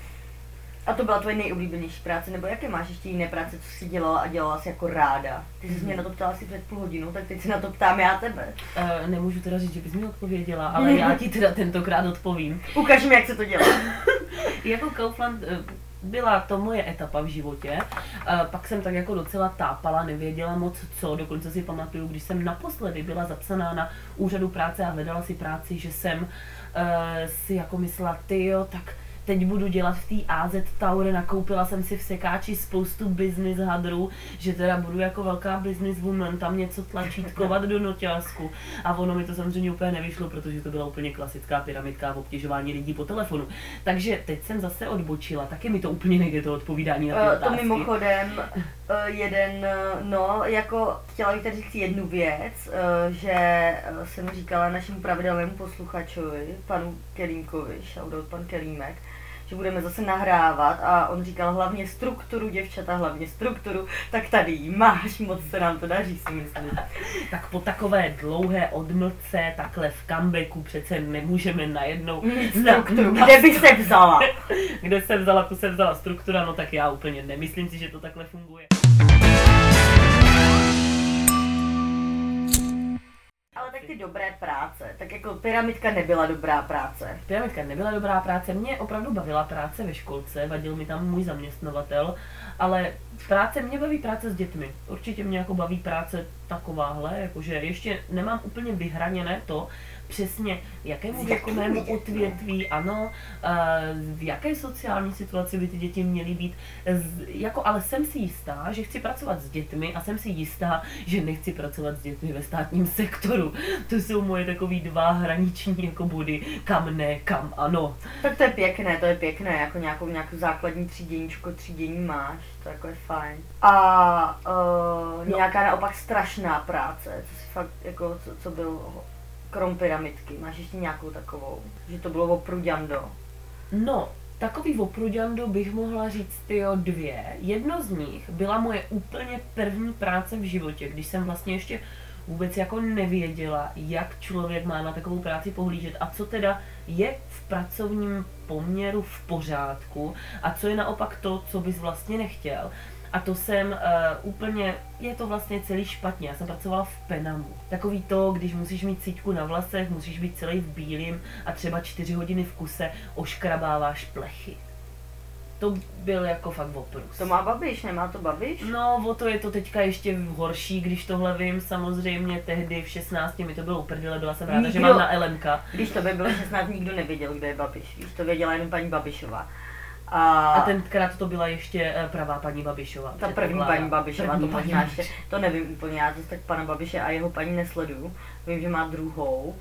A to byla tvoje nejoblíbenější práce, nebo jaké máš ještě jiné práce, co jsi dělala a dělala jsi jako ráda? Ty jsi mm. mě na to ptala asi před půl hodinou, tak teď se na to ptám já tebe. Uh, nemůžu teda říct, že bys mi odpověděla, ale já ti teda tentokrát odpovím. Ukaž mi, jak se to dělá. Jako Kaufland byla to moje etapa v životě, uh, pak jsem tak jako docela tápala, nevěděla moc co, dokonce si pamatuju, když jsem naposledy byla zapsaná na úřadu práce a hledala si práci, že jsem uh, si jako myslela, tyjo, tak teď budu dělat v té á zet Tower, nakoupila jsem si v sekáči spoustu business hadrů, že teda budu jako velká business woman tam něco tlačítkovat do noťásku. A ono mi to samozřejmě úplně nevyšlo, protože to byla úplně klasická pyramidka v obtěžování lidí po telefonu. Takže teď jsem zase odbočila, taky mi to úplně nejde to odpovídání na ty Uh, otázky. to mimochodem, uh, jeden, uh, no, jako chtěla bych tady říct jednu věc, uh, že uh, jsem říkala našemu pravidelnému posluchačovi, panu Kelímkovi, shoutout pan Kelímek, že budeme zase nahrávat a on říkal hlavně strukturu, děvčata, hlavně strukturu, tak tady ji máš, moc se nám to daří, si myslím. Tak po takové dlouhé odmlce, takhle v comebacku přece nemůžeme najednou... Strukturu, kde by se vzala? Kde se vzala, tu se vzala struktura, no tak já úplně nemyslím si, že to takhle funguje. Ale tak ty dobré práce, tak jako pyramidka nebyla dobrá práce. Pyramidka nebyla dobrá práce, mě opravdu bavila práce ve školce, vadil mi tam můj zaměstnavatel, ale práce, mě baví práce s dětmi. Určitě mě jako baví práce takováhle, jakože ještě nemám úplně vyhraněné to, přesně jakému věkovému odvětví, ano, v jaké sociální situaci by ty děti měly být, jako, ale jsem si jistá, že chci pracovat s dětmi a jsem si jistá, že nechci pracovat s dětmi ve státním sektoru. To jsou moje takový dva hraniční jako body, kam ne, kam ano. Tak to je pěkné, to je pěkné, jako nějakou, nějakou základní tříděníčko, třídění máš, to jako je fajn. A uh, no. Nějaká naopak strašná práce, co si fakt, jako, co, co bylo krom pyramidky, máš ještě nějakou takovou, že to bylo opruďando? No, takový opruďando bych mohla říct tyjo dvě. Jedno z nich byla moje úplně první práce v životě, když jsem vlastně ještě vůbec jako nevěděla, jak člověk má na takovou práci pohlížet a co teda je v pracovním poměru v pořádku a co je naopak to, co bys vlastně nechtěl. A to jsem uh, úplně, je to vlastně celý špatně, já jsem pracovala v Penamu. Takový to, když musíš mít síťku na vlasech, musíš být celý v bílým a třeba čtyři hodiny v kuse oškrabáváš plechy. To byl jako fakt oprus. To má Babiš, nemá to Babiš? No, o to je to teďka ještě horší, když tohle vím, samozřejmě tehdy v šestnácti mi to bylo uprdele, byla jsem ráda, Nikdo, že mám na el em ká. Když to by bylo šestnáct, nikdo nevěděl, kdo je Babiš, víš, to věděla jenom paní Babišová. A, a tenkrát to byla ještě pravá paní Babišová. Ta první paní Babišová, první to paní možná ještě, to nevím úplně, já zase tak pana Babiše a jeho paní nesleduju. Vím, že má druhou.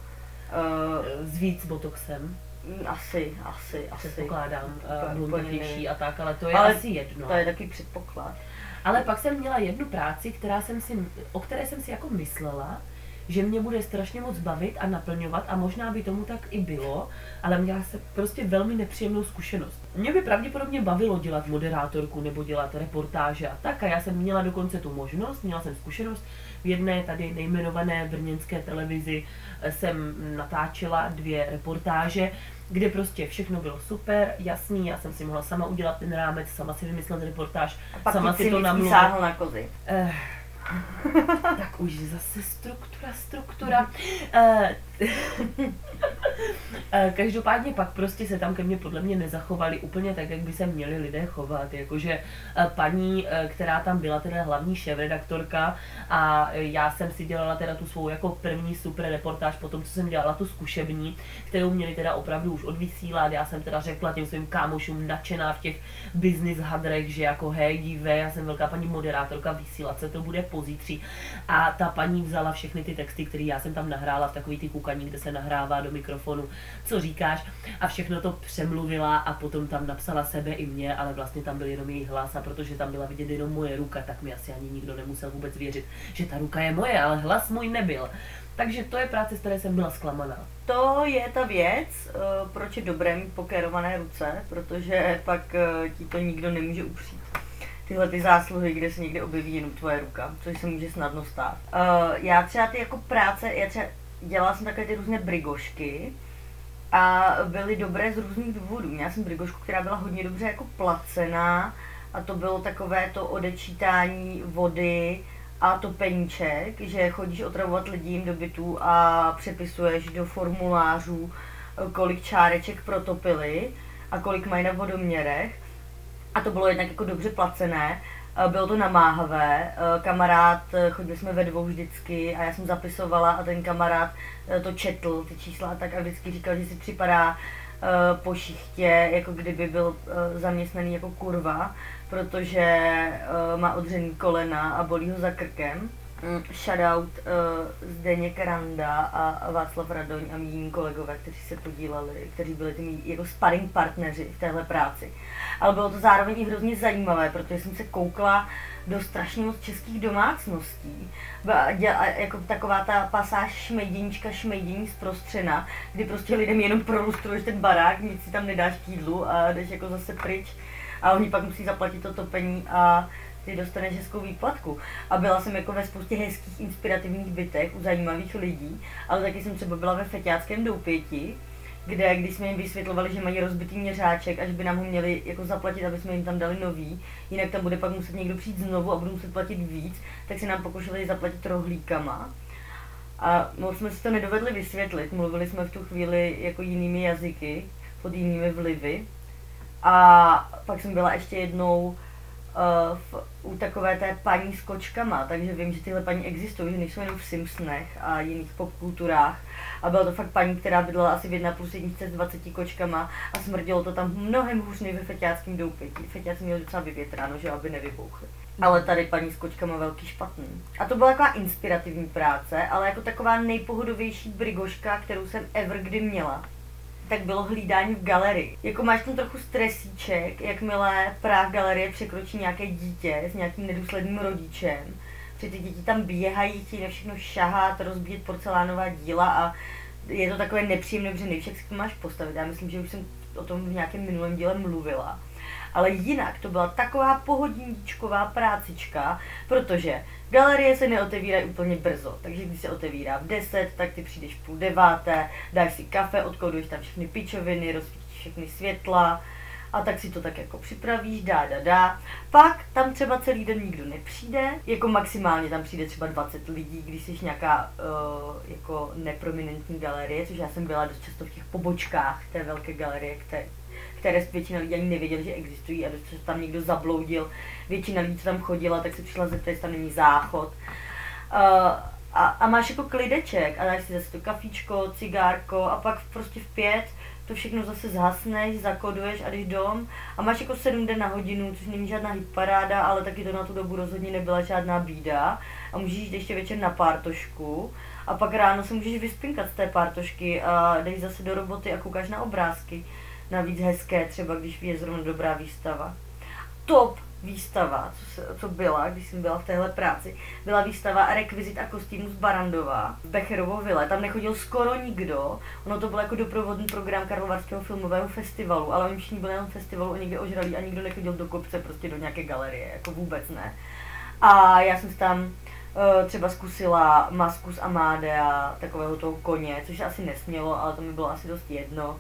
Uh, S víc botoxem. Asi, asi, asi. Předpokládám, blondinější a tak, ale to je ale asi jedno. To je takový předpoklad. Ale pak jsem měla jednu práci, která jsem si, o které jsem si jako myslela, že mě bude strašně moc bavit a naplňovat a možná by tomu tak i bylo, ale měla jsem prostě velmi nepříjemnou zkušenost. Mě by pravděpodobně bavilo dělat moderátorku nebo dělat reportáže a tak a já jsem měla dokonce tu možnost, měla jsem zkušenost. V jedné tady nejmenované brněnské televizi jsem natáčela dvě reportáže, kde prostě všechno bylo super, jasný, já jsem si mohla sama udělat ten rámec, sama si vymyslet reportáž, a pak sama si to namluvit. sáhl na kozy. Eh, tak už zase struktura, struktura. Eh, Každopádně pak prostě se tam ke mně podle mě nezachovali úplně tak, jak by se měli lidé chovat. Jakože paní, která tam byla teda hlavní šéfredaktorka a já jsem si dělala teda tu svou jako první super reportáž po tom, co jsem dělala tu zkušební, kterou měli teda opravdu už odvysílat. Já jsem teda řekla těm svým kámošům nadšená v těch business hadrech, že jako hej, dívej, já jsem velká paní moderátorka, vysílat se to bude pozítří. A ta paní vzala všechny ty texty, které já jsem tam nahrála v takový ty kukaní, kde se nahrává do mikrofonu, co říkáš, a všechno to přemluvila a potom tam napsala sebe i mě, ale vlastně tam byl jenom její hlas a protože tam byla vidět jenom moje ruka, tak mi asi ani nikdo nemusel vůbec věřit, že ta ruka je moje, ale hlas můj nebyl. Takže to je práce, z které jsem byla zklamaná. To je ta věc, proč je dobré mít pokérované ruce, protože pak ti to nikdo nemůže upřít. Tyhle ty zásluhy, kde se někde objeví jenom tvoje ruka, což se může snadno stát. Já třeba ty jako práce, já třeba dělala jsem takové ty různé brigošky a byly dobré z různých důvodů. Měla jsem brigošku, která byla hodně dobře jako placená a to bylo takové to odečítání vody a topeníček, že chodíš otravovat lidi do bytu a přepisuješ do formulářů, kolik čáreček protopili a kolik mají na vodoměrech. A to bylo jednak jako dobře placené, bylo to namáhavé, kamarád, chodili jsme ve dvou vždycky a já jsem zapisovala a ten kamarád to četl, ty čísla a tak a vždycky říkal, že si připadá po šichtě, jako kdyby byl zaměstnaný jako kurva, protože má odřený kolena a bolí ho za krkem. Shoutout uh, Zdeněk Randa a Václav Radoň a mý kolegové, kteří se podíleli, kteří byli těmi jako sparring partneři v téhle práci. Ale bylo to zároveň i hrozně zajímavé, protože jsem se koukla do strašně moc českých domácností. A jako taková ta pasáž šmejděníčka, šmejdění zprostřena, kdy prostě lidem jenom prolustruješ ten barák, nic si tam nedáš k jídlu a jdeš jako zase pryč. A oni pak musí zaplatit to topení a ty dostaneš hezkou výplatku. A byla jsem jako ve spoustě hezkých, inspirativních bytech u zajímavých lidí, ale taky jsem třeba byla ve Feťáckém Doupěti, kde když jsme jim vysvětlovali, že mají rozbitý měřáček a že by nám ho měli jako zaplatit, aby jsme jim tam dali nový, jinak tam bude pak muset někdo přijít znovu a budou muset platit víc, tak se nám pokoušeli zaplatit rohlíkama. A moc jsme si to nedovedli vysvětlit, mluvili jsme v tu chvíli jako jinými jazyky, pod jinými vlivy. A pak jsem byla ještě jednou Uh, v, u takové té paní s kočkama, takže vím, že tyhle paní existují, že nejsou jenom v Simpsonech a jiných popkulturách. A byla to fakt paní, která bydlela asi v jedna plus jedničce s dvaceti kočkama a smrdělo to tam mnohem hůř než ve Feťáckém Doupěti. Feťáci měli docela vyvětráno, že aby nevybouchly. Ale tady paní s kočkama velký špatný. A to byla taková inspirativní práce, ale jako taková nejpohodovější brigoška, kterou jsem ever kdy měla, tak bylo hlídání v galerii. Jako máš tam trochu stresíček, jakmile práh galerie překročí nějaké dítě s nějakým nedůsledným rodičem. Protože ty děti tam běhají, chtějí na všechno šahat, rozbíjet porcelánová díla a je to takové nepříjemné, protože nevíš, jak si to máš postavit. Já myslím, že už jsem o tom v nějakém minulém díle mluvila. Ale jinak to byla taková pohodiníčková prácička, protože galerie se neotevírají úplně brzo, takže když se otevírá v deset, tak ty přijdeš v půl deváté, dáš si kafe, odkoduješ tam všechny pičoviny, rozsvítíš všechny světla a tak si to tak jako připravíš, dá, dá, dá. Pak tam třeba celý den nikdo nepřijde, jako maximálně tam přijde třeba dvacet lidí, když jsi nějaká uh, jako neprominentní galerie, což já jsem byla dost často v těch pobočkách té velké galerie, které které většina lidí ani nevěděli, že existují a dost se tam někdo zabloudil. Většina lidí, co tam chodila, tak se přišla zeptat, jestli tam není záchod. Uh, a, a máš jako klideček a dáš si zase to kafíčko, cigárko a pak prostě v pět to všechno zase zhasneš, zakoduješ a jdeš dom a máš jako sedm den na hodinu, což není žádná hitparáda, ale taky to na tu dobu rozhodně nebyla žádná bída a můžeš jít ještě večer na pártošku a pak ráno se můžeš vyspinkat z té pártošky a jdeš zase do roboty a koukáš na obrázky. Navíc hezké, třeba když je zrovna dobrá výstava. Top výstava, co, se, co byla, když jsem byla v téhle práci, byla výstava Rekvizit a kostýmů z Barandova v Becherovo vile. Tam nechodil skoro nikdo, ono to byl jako doprovodný program Karlovarského filmového festivalu, ale oni všichni byli na festivalu a někde ožralí a nikdo nechodil do kopce, prostě do nějaké galerie, jako vůbec ne. A já jsem tam uh, třeba zkusila masku z Amádea, takového toho koně, což asi nesmělo, ale to mi bylo asi dost jedno.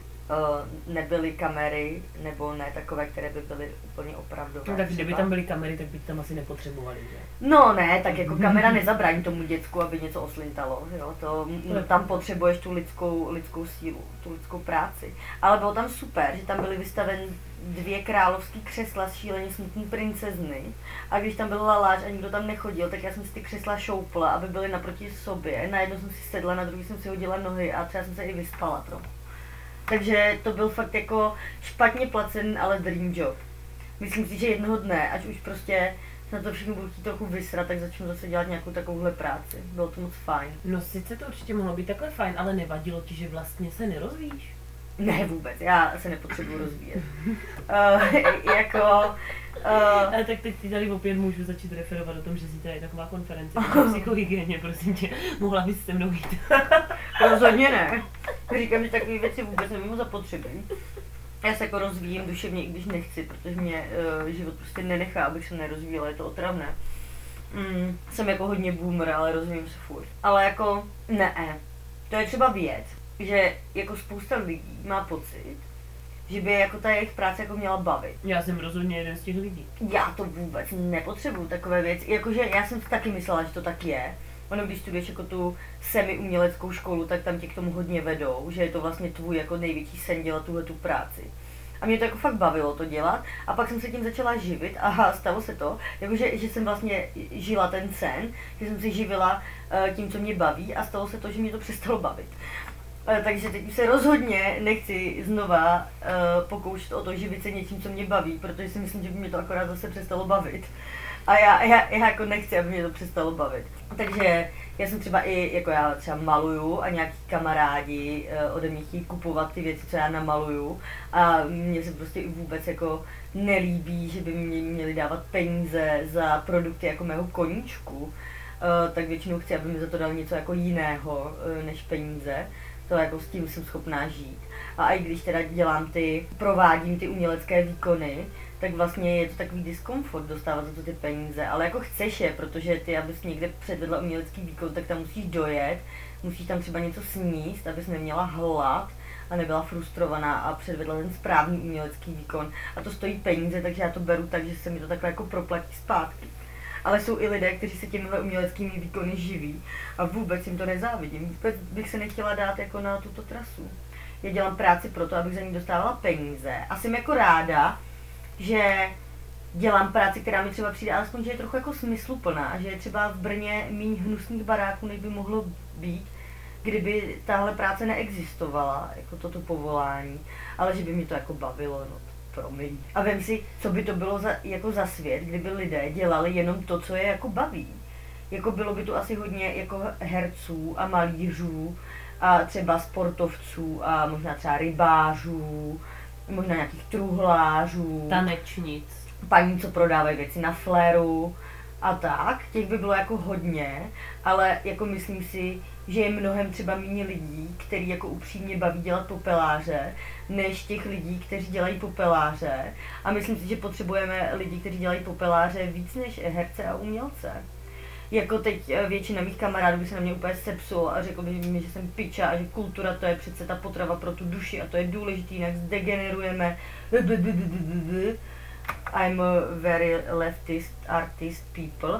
Uh, nebyly kamery, nebo ne takové, které by byly úplně opravdové. No tak kdyby tam byly kamery, tak by tam asi nepotřebovali, že? No ne, tak jako kamera nezabrání tomu děcku, aby něco oslintalo, jo, to, no, tam potřebuješ tu lidskou, lidskou sílu, tu lidskou práci. Ale bylo tam super, že tam byly vystaveny dvě královské křesla z šíleně smutný princezny a když tam byl laláč a nikdo tam nechodil, tak já jsem si ty křesla šoupla, aby byly naproti sobě, najednou jsem si sedla, na druhý jsem si hodila nohy a třeba jsem se i vyspala trochu. Takže to byl fakt jako špatně placený, ale dream job. Myslím si, že jednoho dne, ať už prostě na to všechno budu chtít trochu vysrat, tak začnu zase dělat nějakou takovouhle práci. Bylo to moc fajn. No sice to určitě mohlo být takhle fajn, ale nevadilo ti, že vlastně se nerozvíjíš? Ne vůbec, já se nepotřebuji rozvíjet. uh, jako... Uh, ale tak teď tady opět můžu začít referovat o tom, že zítra je taková konference o psychohygieně, prosím tě, mohla bys se mnou jít. Rozhodně ne. Říkám, že takové věci vůbec nemím zapotřebí. Já se jako rozvíjím duševně, i když nechci, protože mě uh, život prostě nenechá, abych se nerozvíjela, je to otravné. Mm, jsem jako hodně boomer, ale rozvíjím se furt. Ale jako ne, to je třeba věc, že jako spousta lidí má pocit, že by jako ta jejich práce jako měla bavit. Já jsem rozhodně jeden z těch lidí. Já to vůbec nepotřebuju takové věci, jakože já jsem taky myslela, že to tak je. Ono, když studuješ jako tu semi-uměleckou školu, tak tam tě k tomu hodně vedou, že je to vlastně tvůj jako největší sen dělat tuhle tu práci. A mě to jako fakt bavilo to dělat a pak jsem se tím začala živit a stalo se to, jakože, že jsem vlastně žila ten sen, že jsem se živila uh, tím, co mě baví a stalo se to, že mě to přestalo bavit. Takže teď už se rozhodně nechci znova uh, pokoušet o to živit se něčím, co mě baví, protože si myslím, že by mě to akorát zase přestalo bavit. A já, já, já jako nechci, aby mě to přestalo bavit. Takže já jsem třeba i, jako já třeba maluju a nějaký kamarádi uh, ode mě chtějí kupovat ty věci, co já namaluju. A mně se prostě i vůbec jako nelíbí, že by mě měli dávat peníze za produkty jako mého koníčku. Uh, tak většinou chci, aby mi za to dali něco jako jiného uh, než peníze. To jako s tím jsem schopná žít. A i když teda dělám ty, provádím ty umělecké výkony, tak vlastně je to takový diskomfort dostávat za to ty peníze, ale jako chceš je, protože ty, abys někde předvedla umělecký výkon, tak tam musíš dojet, musíš tam třeba něco sníst, abys neměla hlad a nebyla frustrovaná a předvedla ten správný umělecký výkon. A to stojí peníze, takže já to beru tak, že se mi to takhle jako proplatí zpátky. Ale jsou i lidé, kteří se těmihle uměleckými výkony živí a vůbec jim to nezávidím. Vůbec bych se nechtěla dát jako na tuto trasu. Já dělám práci proto, abych za ní dostávala peníze a jsem jako ráda, že dělám práci, která mi třeba přijde alespoň, že je trochu jako smysluplná, že je třeba v Brně méně hnusných baráků, než by mohlo být, kdyby tahle práce neexistovala, jako toto povolání, ale že by mi to jako bavilo, no. Promiň. A vem si, co by to bylo za, jako za svět, kdyby lidé dělali jenom to, co je jako baví. Jako bylo by tu asi hodně jako herců a malířů a třeba sportovců a možná třeba rybářů, možná nějakých truhlářů. Tanečnic. Paní, co prodávají věci na fléru a tak. Těch by bylo jako hodně, ale jako myslím si, že je mnohem třeba méně lidí, který jako upřímně baví dělat popeláře, než těch lidí, kteří dělají popeláře. A myslím si, že potřebujeme lidi, kteří dělají popeláře víc než herce a umělce. Jako teď většina mých kamarádů by se na mě úplně sepsul a řekl by mi, že jsem piča a že kultura to je přece ta potrava pro tu duši a to je důležitý, jinak zdegenerujeme. I'm a very leftist artist people, uh,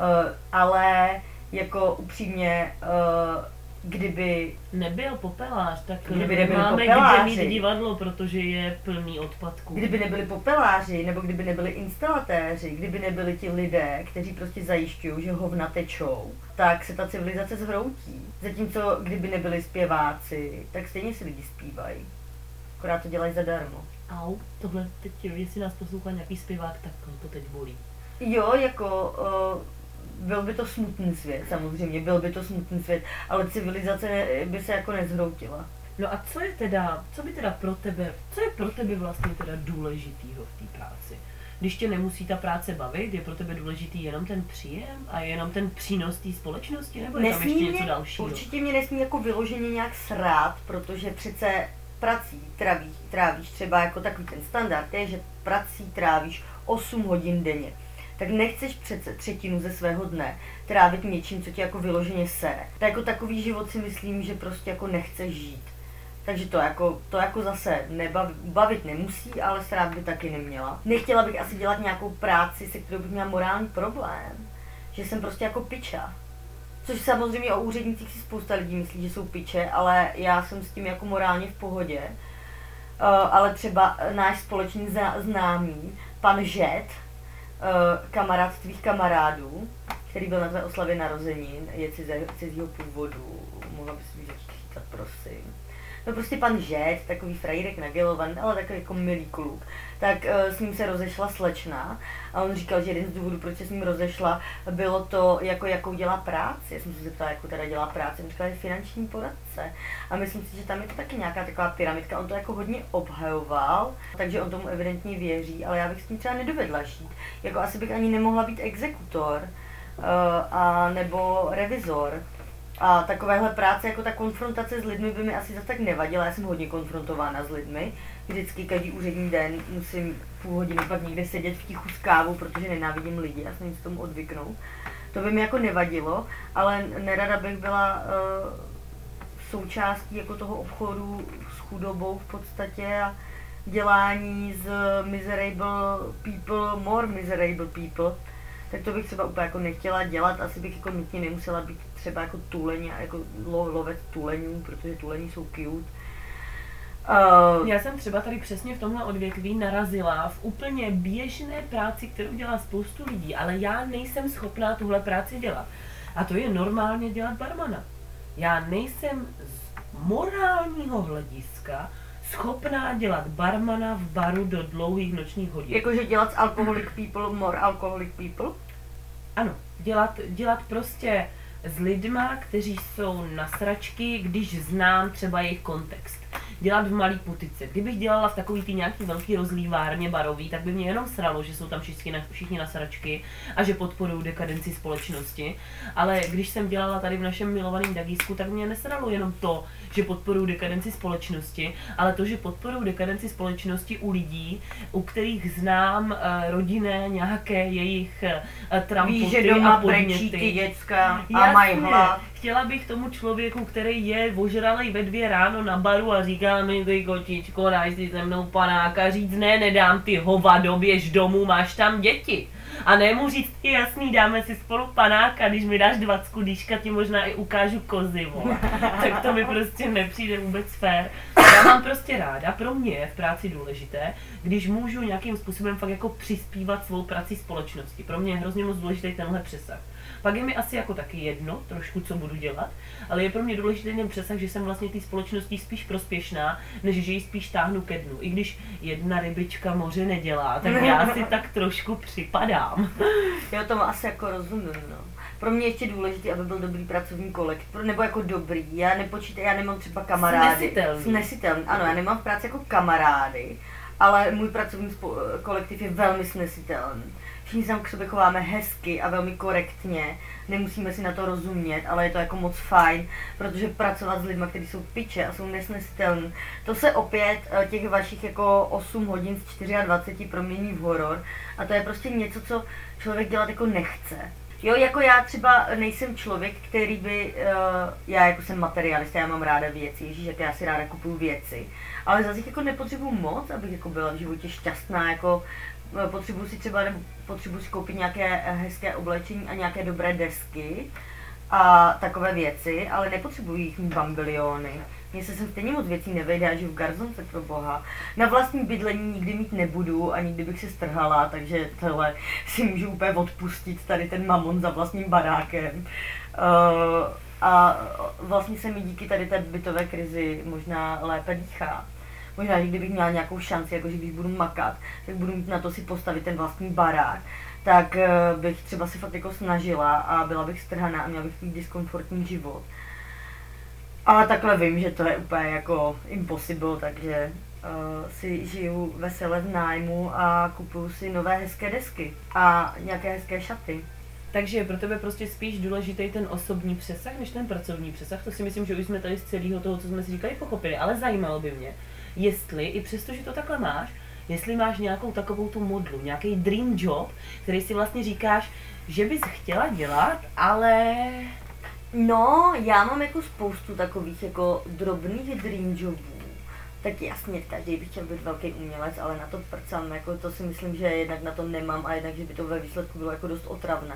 ale jako upřímně, uh, kdyby nebyl popelář, tak kdyby nebyli máme popeláři, kde mít divadlo, protože je plný odpadků. Kdyby nebyli popeláři, nebo kdyby nebyli instalatéři, kdyby nebyli ti lidé, kteří prostě zajišťují, že hovna tečou, tak se ta civilizace zhroutí. Zatímco kdyby nebyli zpěváci, tak stejně si lidi zpívají. Akorát to dělají zadarmo. Au, tohle teď, jestli nás poslouchá nějaký zpěvák, tak to teď bolí. Jo, jako uh, byl by to smutný svět, samozřejmě, byl by to smutný svět, ale civilizace by se jako nezhroutila. No a co je teda, co by teda pro tebe, co je pro tebe vlastně teda důležitýho v té práci? Když tě nemusí ta práce bavit, je pro tebe důležitý jenom ten příjem a jenom ten přínos té společnosti, nebo je tam ještě něco dalšího? Určitě mě nesmí jako vyloženě nějak srát, protože přece prací trávíš, trávíš třeba jako takový ten standard je, že prací trávíš osm hodin denně. Tak nechceš přece třetinu ze svého dne trávit něčím, co tě jako vyloženě sere. Tak jako takový život si myslím, že prostě jako nechceš žít. Takže to jako, to jako zase nebav, bavit nemusí, ale srát by taky neměla. Nechtěla bych asi dělat nějakou práci, se kterou bych měla morální problém. Že jsem prostě jako piča. Což samozřejmě o úřednicích si spousta lidí myslí, že jsou piče, ale já jsem s tím jako morálně v pohodě. Uh, ale třeba náš společný známý, pan Žet, uh, kamarád tvých kamarádů, který byl na tvé oslavě narozenin, je cizího původu, mohla bys mi říkat, prosím. No prostě pan Žet, takový frajírek nagelovaný, ale takový jako milý kluk, tak uh, s ním se rozešla slečna a on říkal, že jeden z důvodů, proč se s ním rozešla, bylo to, jako, jakou dělá práci. Já jsem se zeptala, jakou teda dělá práci, on říkal, že finanční poradce. A myslím si, že tam je to taky nějaká taková pyramidka, on to jako hodně obhajoval, takže on tomu evidentně věří, ale já bych s tím třeba nedovedla žít. Jako asi bych ani nemohla být exekutor uh, a nebo revizor. A takovéhle práce, jako ta konfrontace s lidmi by mi asi zase tak nevadila, já jsem hodně konfrontována s lidmi. Vždycky každý úřední den musím půl hodiny pak někde sedět v tichu s kávou, protože nenávidím lidi a snažím se tomu odvyknout. To by mi jako nevadilo, ale nerada bych byla uh, součástí jako toho obchodu s chudobou v podstatě a dělání z miserable people more miserable people. Tak to bych třeba úplně jako nechtěla dělat, asi bych jako nutně nemusela být třeba jako tuleň, jako lo, lovec tuleňů, protože tulení jsou cute. Uh, Já jsem třeba tady přesně v tomhle odvětví narazila v úplně běžné práci, kterou dělá spoustu lidí, ale já nejsem schopná tuhle práci dělat. A to je normálně dělat barmana. Já nejsem morálního hlediska schopná dělat barmana v baru do dlouhých nočních hodin. Jakože dělat z alcoholic people more alcoholic people? Ano, dělat, dělat prostě s lidma, kteří jsou na sračky, když znám třeba jejich kontext. Dělat v malý putice. Kdybych dělala v takový ty nějaký velký rozlívárně barový, tak by mě jenom sralo, že jsou tam všichni na, všichni na sračky a že podporují dekadenci společnosti. Ale když jsem dělala tady v našem milovaném Dagísku, tak mě nesralo jenom to, že podporují dekadenci společnosti, ale to, že podporují dekadenci společnosti u lidí, u kterých znám uh, rodinné nějaké jejich uh, trampoty Víš, že doma a podněty. brečí ty děcka a Jasně. mají hlad. Chtěla bych tomu člověku, který je ožralej ve dvě ráno na baru a říká mi, ty kočičko, dáš si se mnou panáka, říct ne, nedám, ty hovado, běž domů, máš tam děti. A ne mu říct, ty jasný, dáme si spolu panáka, když mi dáš dvacku, dýška ti možná i ukážu kozy, vole. Tak to mi prostě nepřijde vůbec fér. Já mám prostě ráda, pro mě je v práci důležité, když můžu nějakým způsobem fakt jako přispívat svou prací společnosti. Pro mě je hrozně moc důležitý tenhle přesah. Pak je mi asi jako taky jedno, trošku, co budu dělat, ale je pro mě důležitý ten přesah, že jsem vlastně té společnosti spíš prospěšná, než že ji spíš táhnu ke dnu. I když jedna rybička moře nedělá, tak já si tak trošku připadám. Já tomu asi jako rozumím, no. Pro mě je ještě důležité, aby byl dobrý pracovní kolektiv, nebo jako dobrý. Já nepočítám, já nemám třeba kamarády. Snesitelný. Snesitelný, ano, já nemám v práci jako kamarády, ale můj pracovní spo- kolektiv je velmi snesitelný. Všichni se tam k sobě chováme hezky a velmi korektně, nemusíme si na to rozumět, ale je to jako moc fajn, protože pracovat s lidmi, kteří jsou piče a jsou nesnesitelní, to se opět těch vašich jako osm hodin z dvacet čtyři promění v horor a to je prostě něco, co člověk dělat jako nechce. Jo, jako já třeba nejsem člověk, který by, uh, já jako jsem materialista, já mám ráda věci, ježíš, jak já si ráda kupuju věci, ale zase jako nepotřebuju moc, abych jako byla v životě šťastná, jako potřebuji si třeba, nebo potřebuji si koupit nějaké hezké oblečení a nějaké dobré desky a takové věci, ale nepotřebuji jich mít bambiliony. Mně se sem stejně moc věcí nevejde, a žiju v garzonce, pro boha. Na vlastní bydlení nikdy mít nebudu a nikdy bych se strhala, takže tohle si můžu úplně odpustit, tady ten mamon za vlastním barákem. Uh, a vlastně se mi díky tady té bytové krizi možná lépe dýchá. Možná, že kdybych měla nějakou šanci, jakože když budu makat, tak budu mít na to si postavit ten vlastní barák, tak uh, bych třeba si fakt jako snažila a byla bych strhaná a měla bych mít diskomfortní život. Ale takhle vím, že to je úplně jako impossible, takže uh, si žiju vesele v nájmu a kupuju si nové hezké desky a nějaké hezké šaty. Takže je pro tebe prostě spíš důležitý ten osobní přesah, než ten pracovní přesah. To si myslím, že už jsme tady z celého toho, co jsme si říkali, pochopili, ale zajímalo by mě, jestli, i přesto, že to takhle máš, jestli máš nějakou takovou tu modlu, nějaký dream job, který si vlastně říkáš, že bys chtěla dělat, ale... No, já mám jako spoustu takových jako drobných dream jobů. Tak jasně, každý by chtěl být velký umělec, ale na to prcám, jako to si myslím, že jednak na to nemám a jednak, že by to ve výsledku bylo jako dost otravné.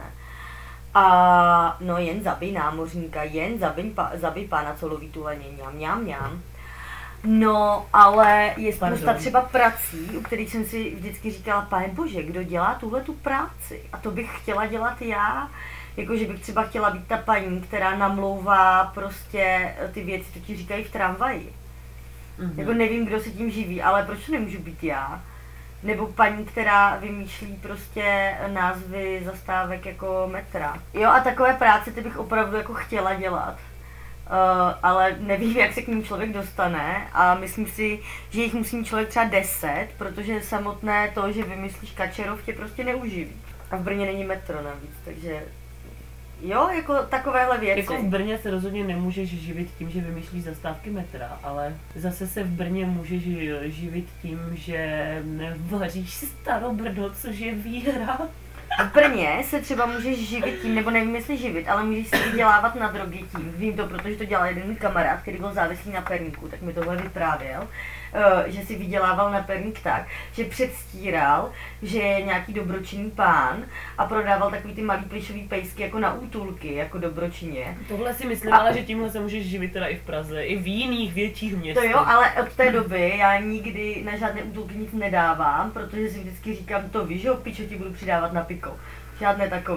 A no jen zabij námořníka, jen zabij, pa, zabij pána, co loví tu leně, mňam, mňam, mňam. No, ale je spousta Pardon. třeba prací, u kterých jsem si vždycky říkala, pane bože, kdo dělá tuhle tu práci? A to bych chtěla dělat já. Jakože bych třeba chtěla být ta paní, která namlouvá prostě ty věci, co ti říkají v tramvaji. Mm-hmm. Jako nevím, kdo se tím živí, ale proč to nemůžu být já? Nebo paní, která vymýšlí prostě názvy zastávek jako metra. Jo, a takové práce ty bych opravdu jako chtěla dělat. Uh, ale nevím, jak se k ním člověk dostane a myslím si, že jich musí mít člověk třeba deset, protože samotné to, že vymyslíš Kačerov, tě prostě neuživí. A v Brně není metro navíc, takže jo, jako takovéhle věci. Jako v Brně se rozhodně nemůžeš živit tím, že vymýšlíš zastávky metra, ale zase se v Brně můžeš živit tím, že vaříš Starobrno, což je výhra. V Brně se třeba můžeš živit tím, nebo nevím jestli živit, ale můžeš si vydělávat na drogy tím. Vím to, protože to dělal jeden můj kamarád, který byl závislý na perníku, tak mi tohle vyprávěl, že si vydělával na perník tak, že předstíral, že je nějaký dobročinný pán a prodával takový ty malý plišový pejsky jako na útulky, jako dobročině. Tohle si myslím, a... ale že tímhle se můžeš živit teda i v Praze, i v jiných větších městech. To jo, ale od té doby já nikdy na žádné útulky nic nedávám, protože si vždycky říkám, to víš, že pičo ti budu přidávat na piko. Žádné takové.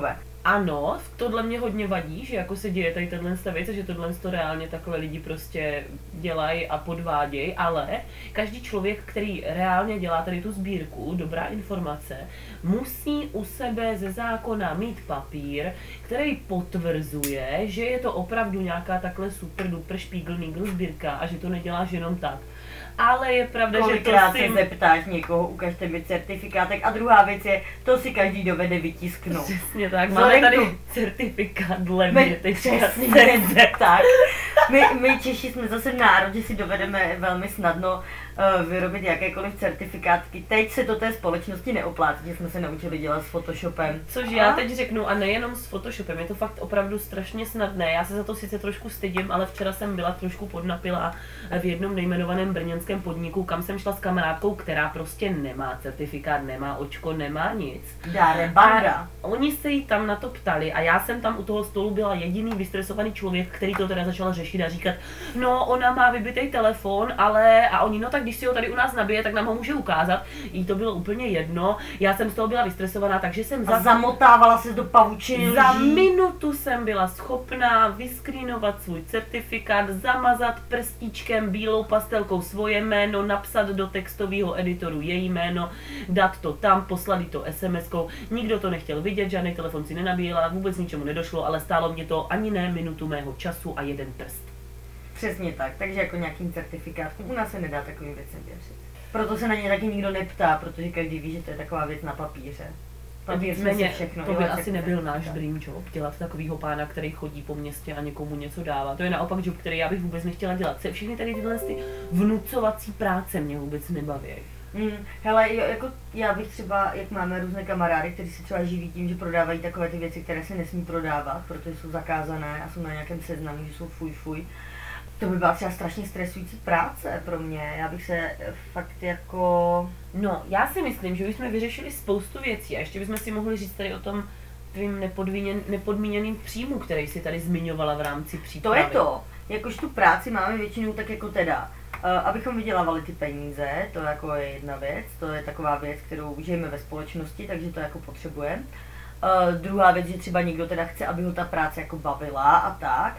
ano, tohle mě hodně vadí, že jako se děje tady tato věc, že tohle to reálně takhle lidi prostě dělají a podvádějí, ale každý člověk, který reálně dělá tady tu sbírku, dobrá informace, musí u sebe ze zákona mít papír, který potvrzuje, že je to opravdu nějaká takhle super duper špígl nigl sbírka a že to neděláš jenom tak. Ale je pravda, Kolikrát že to si... se zeptáš někoho, ukažte mi certifikátek a druhá věc je, to si každý dovede vytisknout. Přesně tak, Vzhledem máme tady k- certifikát dle My, mě teďka. přesně tak. My, my Češi jsme zase národ, že si dovedeme velmi snadno uh, vyrobit jakékoliv certifikátky. Teď se to té společnosti neoplácí, že jsme se naučili dělat s Photoshopem. Což já teď řeknu, a nejenom s Photoshopem, je to fakt opravdu strašně snadné. Já se za to sice trošku stydím, ale včera jsem byla trošku podnapilá v jednom nejmenovaném brněnském podniku, kam jsem šla s kamarádkou, která prostě nemá certifikát, nemá očko, nemá nic. Dáre banda. A oni se jí tam na to ptali a já jsem tam u toho stolu byla jediný vystresovaný člověk, který to teda začal řešit a říkat, no ona má vybitej telefon, ale a oni, no tak když si ho tady u nás nabije, tak nám ho může ukázat. Jí to bylo úplně jedno, já jsem z toho byla vystresovaná, takže jsem A zamotávala se do pavučiny za lží. minutu jsem byla schopná vyskrínovat svůj certifikát, zamazat prstíčkem bílou pastelkou svoje jméno, napsat do textového editoru její jméno, dát to tam, poslat jí to es em eskou. Nikdo to nechtěl vidět, žádný telefon si nenabíjela, vůbec ničemu nedošlo, ale stálo mě to ani ne minutu mého času a jeden prst. Přesně tak, takže jako nějakým certifikátkům u nás se nedá takovým věcem věřit. Proto se na ně taky nikdo neptá, protože každý ví, že to je taková věc na papíře. Papír jsme si Nicméně, všechno. to jo, by tak asi se nebyl netá. náš dream job, dělat takovýho pána, který chodí po městě a někomu něco dává. To je naopak job, který já bych vůbec nechtěla dělat. Se všechny tady tyhle ty vnucovací práce mě vůbec nebaví. Mm, hele, jo, jako já bych třeba, jak máme různé kamarády, kteří se třeba živí tím, že prodávají takové ty věci, které se nesmí prodávat, protože jsou zakázané a jsou na nějakém seznamu, že jsou fuj fuj. To by byla třeba strašně stresující práce pro mě, já bych se fakt jako... No, já si myslím, že už jsme vyřešili spoustu věcí a ještě bychom si mohli říct tady o tom tvým nepodmíněným příjmu, který si tady zmiňovala v rámci To přípravy. je to, jakož tu práci máme většinou tak jako teda, uh, abychom vydělávali ty peníze, to jako je jedna věc, to je taková věc, kterou žijeme ve společnosti, takže to jako potřebujeme. Uh, druhá věc, že třeba někdo teda chce, aby ho ta práce jako bavila a tak.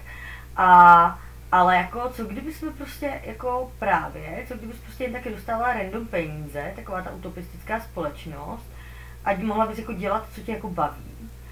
A ale jako, co kdyby jsme prostě jako právě, co kdybys prostě jen taky dostávala random peníze, taková ta utopistická společnost, ať mohla bys jako dělat, co tě jako baví.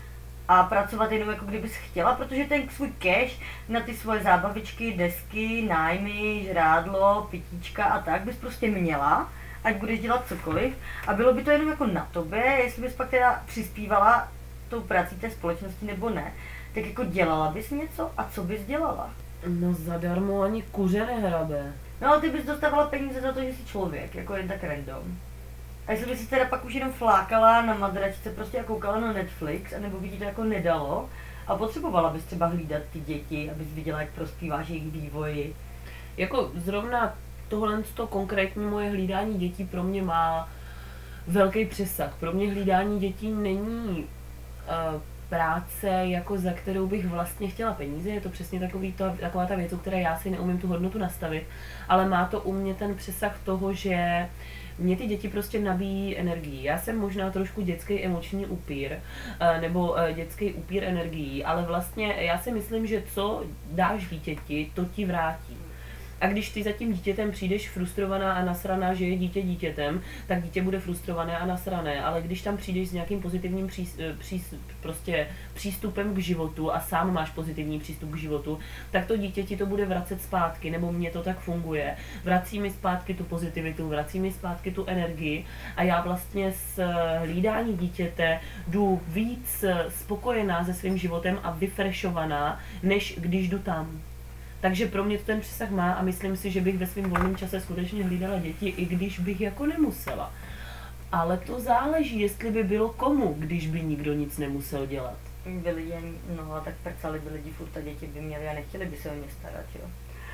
A pracovat jenom jako kdybys chtěla, protože ten svůj cash na ty svoje zábavičky, desky, nájmy, žrádlo, pitíčka a tak bys prostě měla, ať budeš dělat cokoliv. A bylo by to jenom jako na tobě, jestli bys pak teda přispívala tou prací té společnosti nebo ne. Tak jako dělala bys něco a co bys dělala? No zadarmo ani kuře nehrabe. No ale ty bys dostávala peníze za to, že jsi člověk, jako jen tak random. A jestli bys si teda pak už jenom flákala na madračce prostě a koukala na Netflix, anebo by ti to jako nedalo a potřebovala bys třeba hlídat ty děti, abys viděla, jak prospíváš jejich vývoji. Jako zrovna tohle to konkrétní moje hlídání dětí pro mě má velký přesah. Pro mě hlídání dětí není uh, práce, jako za kterou bych vlastně chtěla peníze, je to přesně takový to, taková ta věc, o které já si neumím tu hodnotu nastavit, ale má to u mě ten přesah toho, že mě ty děti prostě nabíjí energii. Já jsem možná trošku dětský emoční upír, nebo dětský upír energií, ale vlastně já si myslím, že co dáš dítěti, to ti vrátí. A když ty za tím dítětem přijdeš frustrovaná a nasraná, že je dítě dítětem, tak dítě bude frustrované a nasrané, ale když tam přijdeš s nějakým pozitivním pří, pří, prostě přístupem k životu a sám máš pozitivní přístup k životu, tak to dítě ti to bude vracet zpátky, nebo mně to tak funguje. Vrací mi zpátky tu pozitivitu, vrací mi zpátky tu energii a já vlastně s hlídání dítěte jdu víc spokojená se svým životem a vyfrešovaná, než když jdu tam. Takže pro mě to ten přesah má a myslím si, že bych ve svém volném čase skutečně hlídala děti, i když bych jako nemusela. Ale to záleží, jestli by bylo komu, když by nikdo nic nemusel dělat. Byli jen, no a tak prcali by lidi, furt a děti by měli a nechtěli by se o ně starat, jo.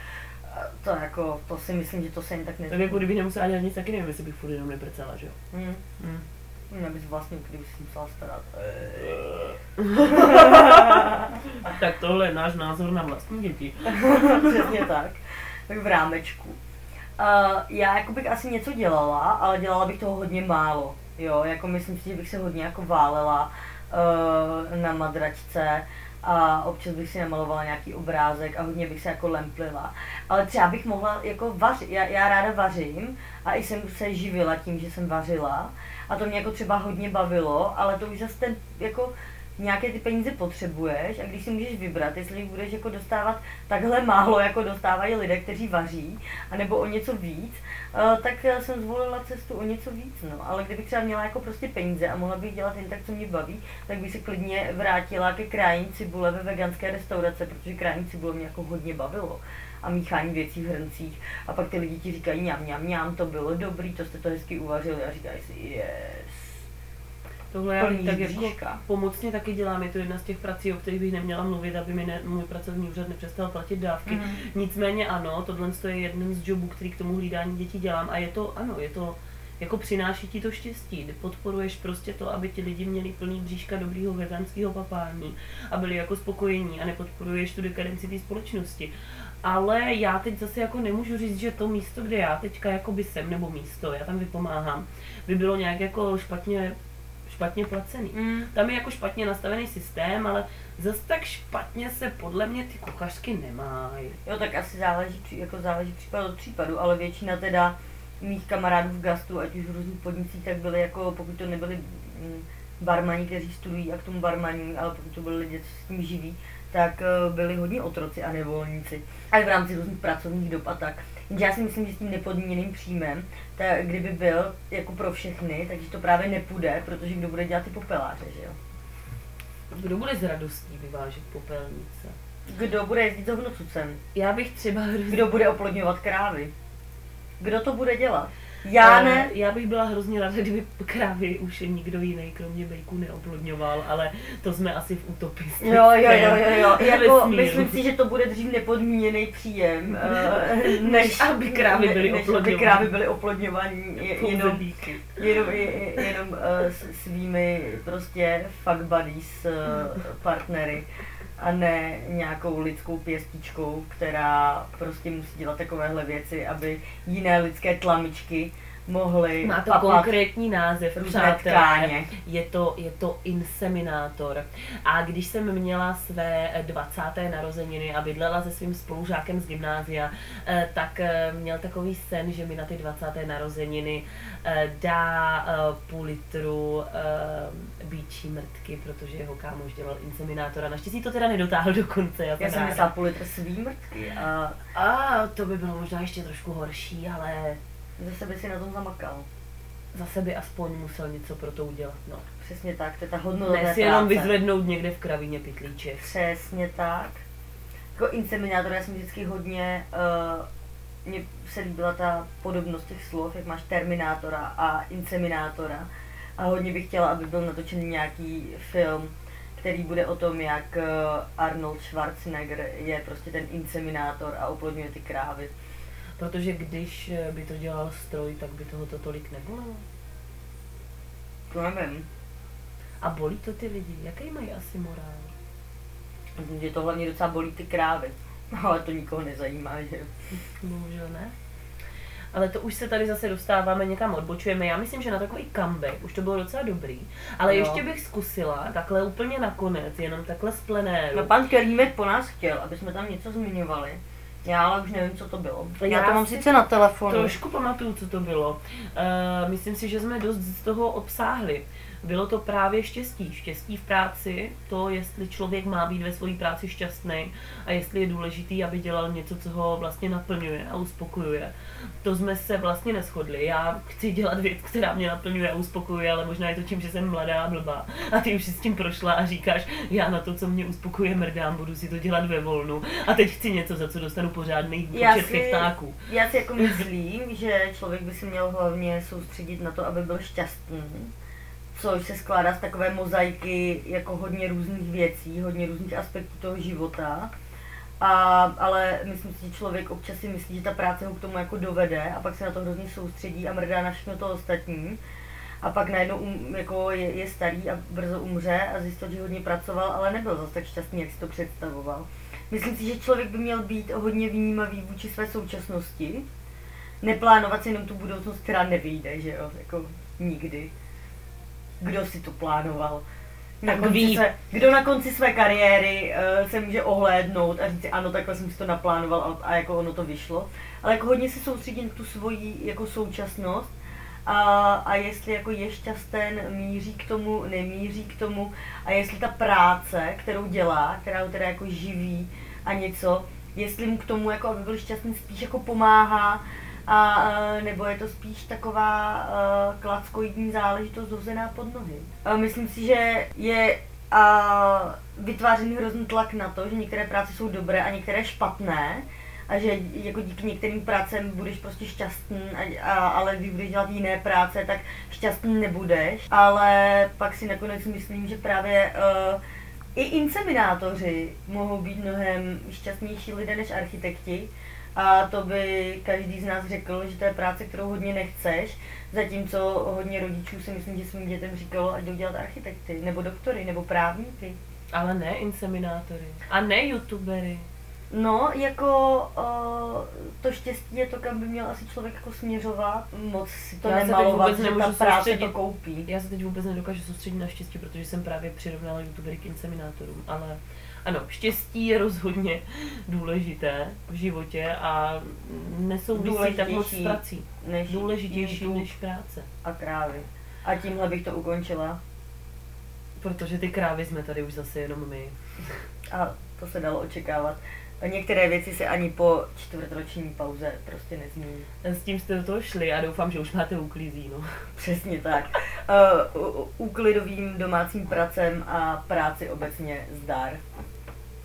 A to jako, to si myslím, že to se jen tak nezmění. Tak jako kdybych nemusela dělat nic, taky nevím, jestli bych furt jenom neprcala, že jo. Hmm. Hmm. Mě bys vlastně, kdyby si musela starat. Tak tohle je náš názor na vlastní děti. Přesně tak. Tak v rámečku. Uh, já jako bych asi něco dělala, ale dělala bych toho hodně málo. Jo, jako myslím si, že bych se hodně jako válela uh, na madračce a občas bych si namalovala nějaký obrázek a hodně bych se jako lemplila. Ale třeba bych mohla jako vařit, já, já ráda vařím a i jsem se živila tím, že jsem vařila a to mě jako třeba hodně bavilo, ale to už zase ten jako nějaké ty peníze potřebuješ a když si můžeš vybrat, jestli budeš jako dostávat takhle málo, jako dostávají lidé, kteří vaří, anebo o něco víc, tak jsem zvolila cestu o něco víc, no. Ale kdybych třeba měla jako prostě peníze a mohla bych dělat jen tak, co mě baví, tak bych se klidně vrátila ke krájení cibule ve veganské restaurace, protože krájení cibule mě jako hodně bavilo. A míchání věcí v hrncích. A pak ty lidi ti říkají ňam, ňam, ňam, to bylo dobrý, to jste to hezky uvařili a říkají si yes. Tohle já tak jako pomocně taky dělám, je to jedna z těch prací, o kterých bych neměla mluvit, aby mi ne, můj pracovní úřad nepřestal platit dávky. Mm. Nicméně ano, tohle je jeden z jobů, který k tomu hlídání dětí dělám a je to, ano, je to, jako přináší ti to štěstí, podporuješ prostě to, aby ti lidi měli plný bříška dobrýho veganského papání a byli jako spokojení a nepodporuješ tu dekadenci té společnosti. Ale já teď zase jako nemůžu říct, že to místo, kde já teďka jakoby jsem, nebo místo, já tam vypomáhám, by bylo nějak jako špatně špatně placený. Mm. Tam je jako špatně nastavený systém, ale zase tak špatně se podle mě ty kuchařky nemají. Jo, tak asi záleží, jako záleží případ od případu, ale většina teda mých kamarádů v gastu, ať už v různých podnicích, tak byly jako, pokud to nebyli barmani, kteří studují a k tomu barmaní, ale pokud to byli lidi, co s tím živí, tak byli hodně otroci a nevolníci. A v rámci různých pracovních dob a tak. Jenže já si myslím, že s tím nepodmíněným příjmem, tak kdyby byl jako pro všechny, takže to právě nepůjde, protože kdo bude dělat ty popeláře, že jo? Kdo bude s radostí vyvážet popelnice? Kdo bude jezdit za vnucucem? Já bych třeba hrozně... Kdo bude oplodňovat krávy? Kdo to bude dělat? Já ne. Já bych byla hrozně ráda, kdyby krávy už nikdo jiný kromě bejků neoplodňoval, ale to jsme asi v utopii. Jo, jo, jo, jo, jo. Jako, myslím si, že to bude dřív nepodmíněný příjem, než aby krávy byly oplodňovány. krávy byly oplodňovány jenom, jenom, jenom uh, svými prostě fuck buddies uh, partnery. A ne nějakou lidskou pěstičkou, která prostě musí dělat takovéhle věci, aby jiné lidské tlamičky mohly Má to konkrétní název, přátelé. Je to, je to inseminátor. A když jsem měla své dvacáté narozeniny a bydlela se svým spolužákem z gymnázia, tak měl takový sen, že mi na ty dvacáté narozeniny dá půl litru býčí mrtky, protože jeho kámoš dělal inseminátora. Naštěstí to teda nedotáhl do konce. Já, já jsem myslela půl litru svý mrtky. A... a to by bylo možná ještě trošku horší, ale... Zase by si na tom zamakal. Zase by aspoň musel něco pro to udělat, no. Přesně tak, to je ta hodnota té práce. Ne si jenom vyzvednout někde v kravíně pytlíček. Přesně tak. Jako inseminátor, já jsem vždycky hodně, uh, mně se líbila ta podobnost těch slov, jak máš terminátora a inseminátora. A hodně bych chtěla, aby byl natočený nějaký film, který bude o tom, jak Arnold Schwarzenegger je prostě ten inseminátor a oplodňuje ty krávy. Protože když by to dělal stroj, tak by toho to tolik nebylo. To nevím. A bolí to ty lidi? Jaký mají asi morál? Myslím, že to hlavně docela bolí ty krávy. Ale to nikoho nezajímá, že jo? Bohužel ne. Ale to už se tady zase dostáváme, někam odbočujeme. Já myslím, že na takový comeback už to bylo docela dobrý. Ale jo. Ještě bych zkusila takhle úplně nakonec, jenom takhle z plenéru. No pan Kelímek po nás chtěl, aby jsme tam něco zmiňovali. Já ale už nevím, co to bylo. Já, Já to mám sice na telefonu. Trošku pamatuju, co to bylo. Uh, myslím si, že jsme dost z toho obsáhli. Bylo to právě štěstí. Štěstí v práci, to jestli člověk má být ve své práci šťastný a jestli je důležitý, aby dělal něco, co ho vlastně naplňuje a uspokojuje. To jsme se vlastně neshodli. Já chci dělat věc, která mě naplňuje a uspokojuje, ale možná je to tím, že jsem mladá a blbá. A ty už jsi s tím prošla a říkáš, já na to, co mě uspokojuje, mrdám, budu si to dělat ve volnu. A teď chci něco, za co dostanu pořádný počet chechtáků. Já si jako myslím, že člověk by si měl hlavně soustředit na to, aby byl šťastný. Což se skládá z takové mozaiky jako hodně různých věcí, hodně různých aspektů toho života. A, ale myslím si, že člověk občas si myslí, že ta práce ho k tomu jako dovede a pak se na to hrozně soustředí a mrdá na všechno to ostatní. A pak najednou um, jako je, je starý a brzo umře a zjistil, že hodně pracoval, ale nebyl zase tak šťastný, jak si to představoval. Myslím si, že člověk by měl být hodně vnímavý vůči své současnosti. Neplánovat si jenom tu budoucnost, která nevyjde, že jo, jako nikdy. Kdo si to plánoval? Na Tak konci ví. své, kdo na konci své kariéry uh, se může ohlédnout a říct si, ano, takhle jsem si to naplánoval a, a jako ono to vyšlo. Ale jako hodně se soustředí na tu svoji jako současnost a, a jestli jako je šťasten, míří k tomu, nemíří k tomu a jestli ta práce, kterou dělá, která ho teda jako živí a něco, jestli mu k tomu, jako aby byl šťastný, spíš jako pomáhá, a nebo je to spíš taková uh, klackoidní záležitost hozená pod nohy. Uh, myslím si, že je uh, vytvářený hrozný tlak na to, že některé práce jsou dobré a některé špatné a že jako díky některým prácem budeš prostě šťastný, a, a, ale když budeš dělat jiné práce, tak šťastný nebudeš. Ale pak si nakonec myslím, že právě uh, i inseminátoři mohou být mnohem šťastnější lidé než architekti. A to by každý z nás řekl, že to je práce, kterou hodně nechceš, zatímco hodně rodičů si myslím, že svým dětem říkalo, ať jdou dělat architekty, nebo doktory, nebo právníky. Ale ne inseminátory. A ne youtubery. No, jako uh, to štěstí je to, kam by měl asi člověk jako směřovat, moc si to Já se teď nemalovat, vůbec že ta nemůžu práce soustředit- to koupí. Já se teď vůbec nedokážu soustředit na štěstí, protože jsem právě přirovnala youtubery k inseminátorům, ale ano, štěstí je rozhodně důležité v životě a nesouvisí tak moc s Důležitější prací. Než Důležitější YouTube než práce. a krávy. A tímhle bych to ukončila. Protože ty krávy jsme tady už zase jenom my. A to se dalo očekávat. Některé věci se ani po čtvrtroční pauze prostě nezmění. S tím jste do toho šli a doufám, že už máte uklizí, no. Přesně tak. Uh, úklidovým domácím pracem a práci obecně zdar.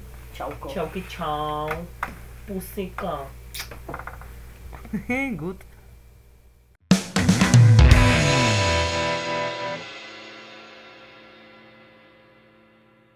Čauko. Čauky čau. Pusika. Good.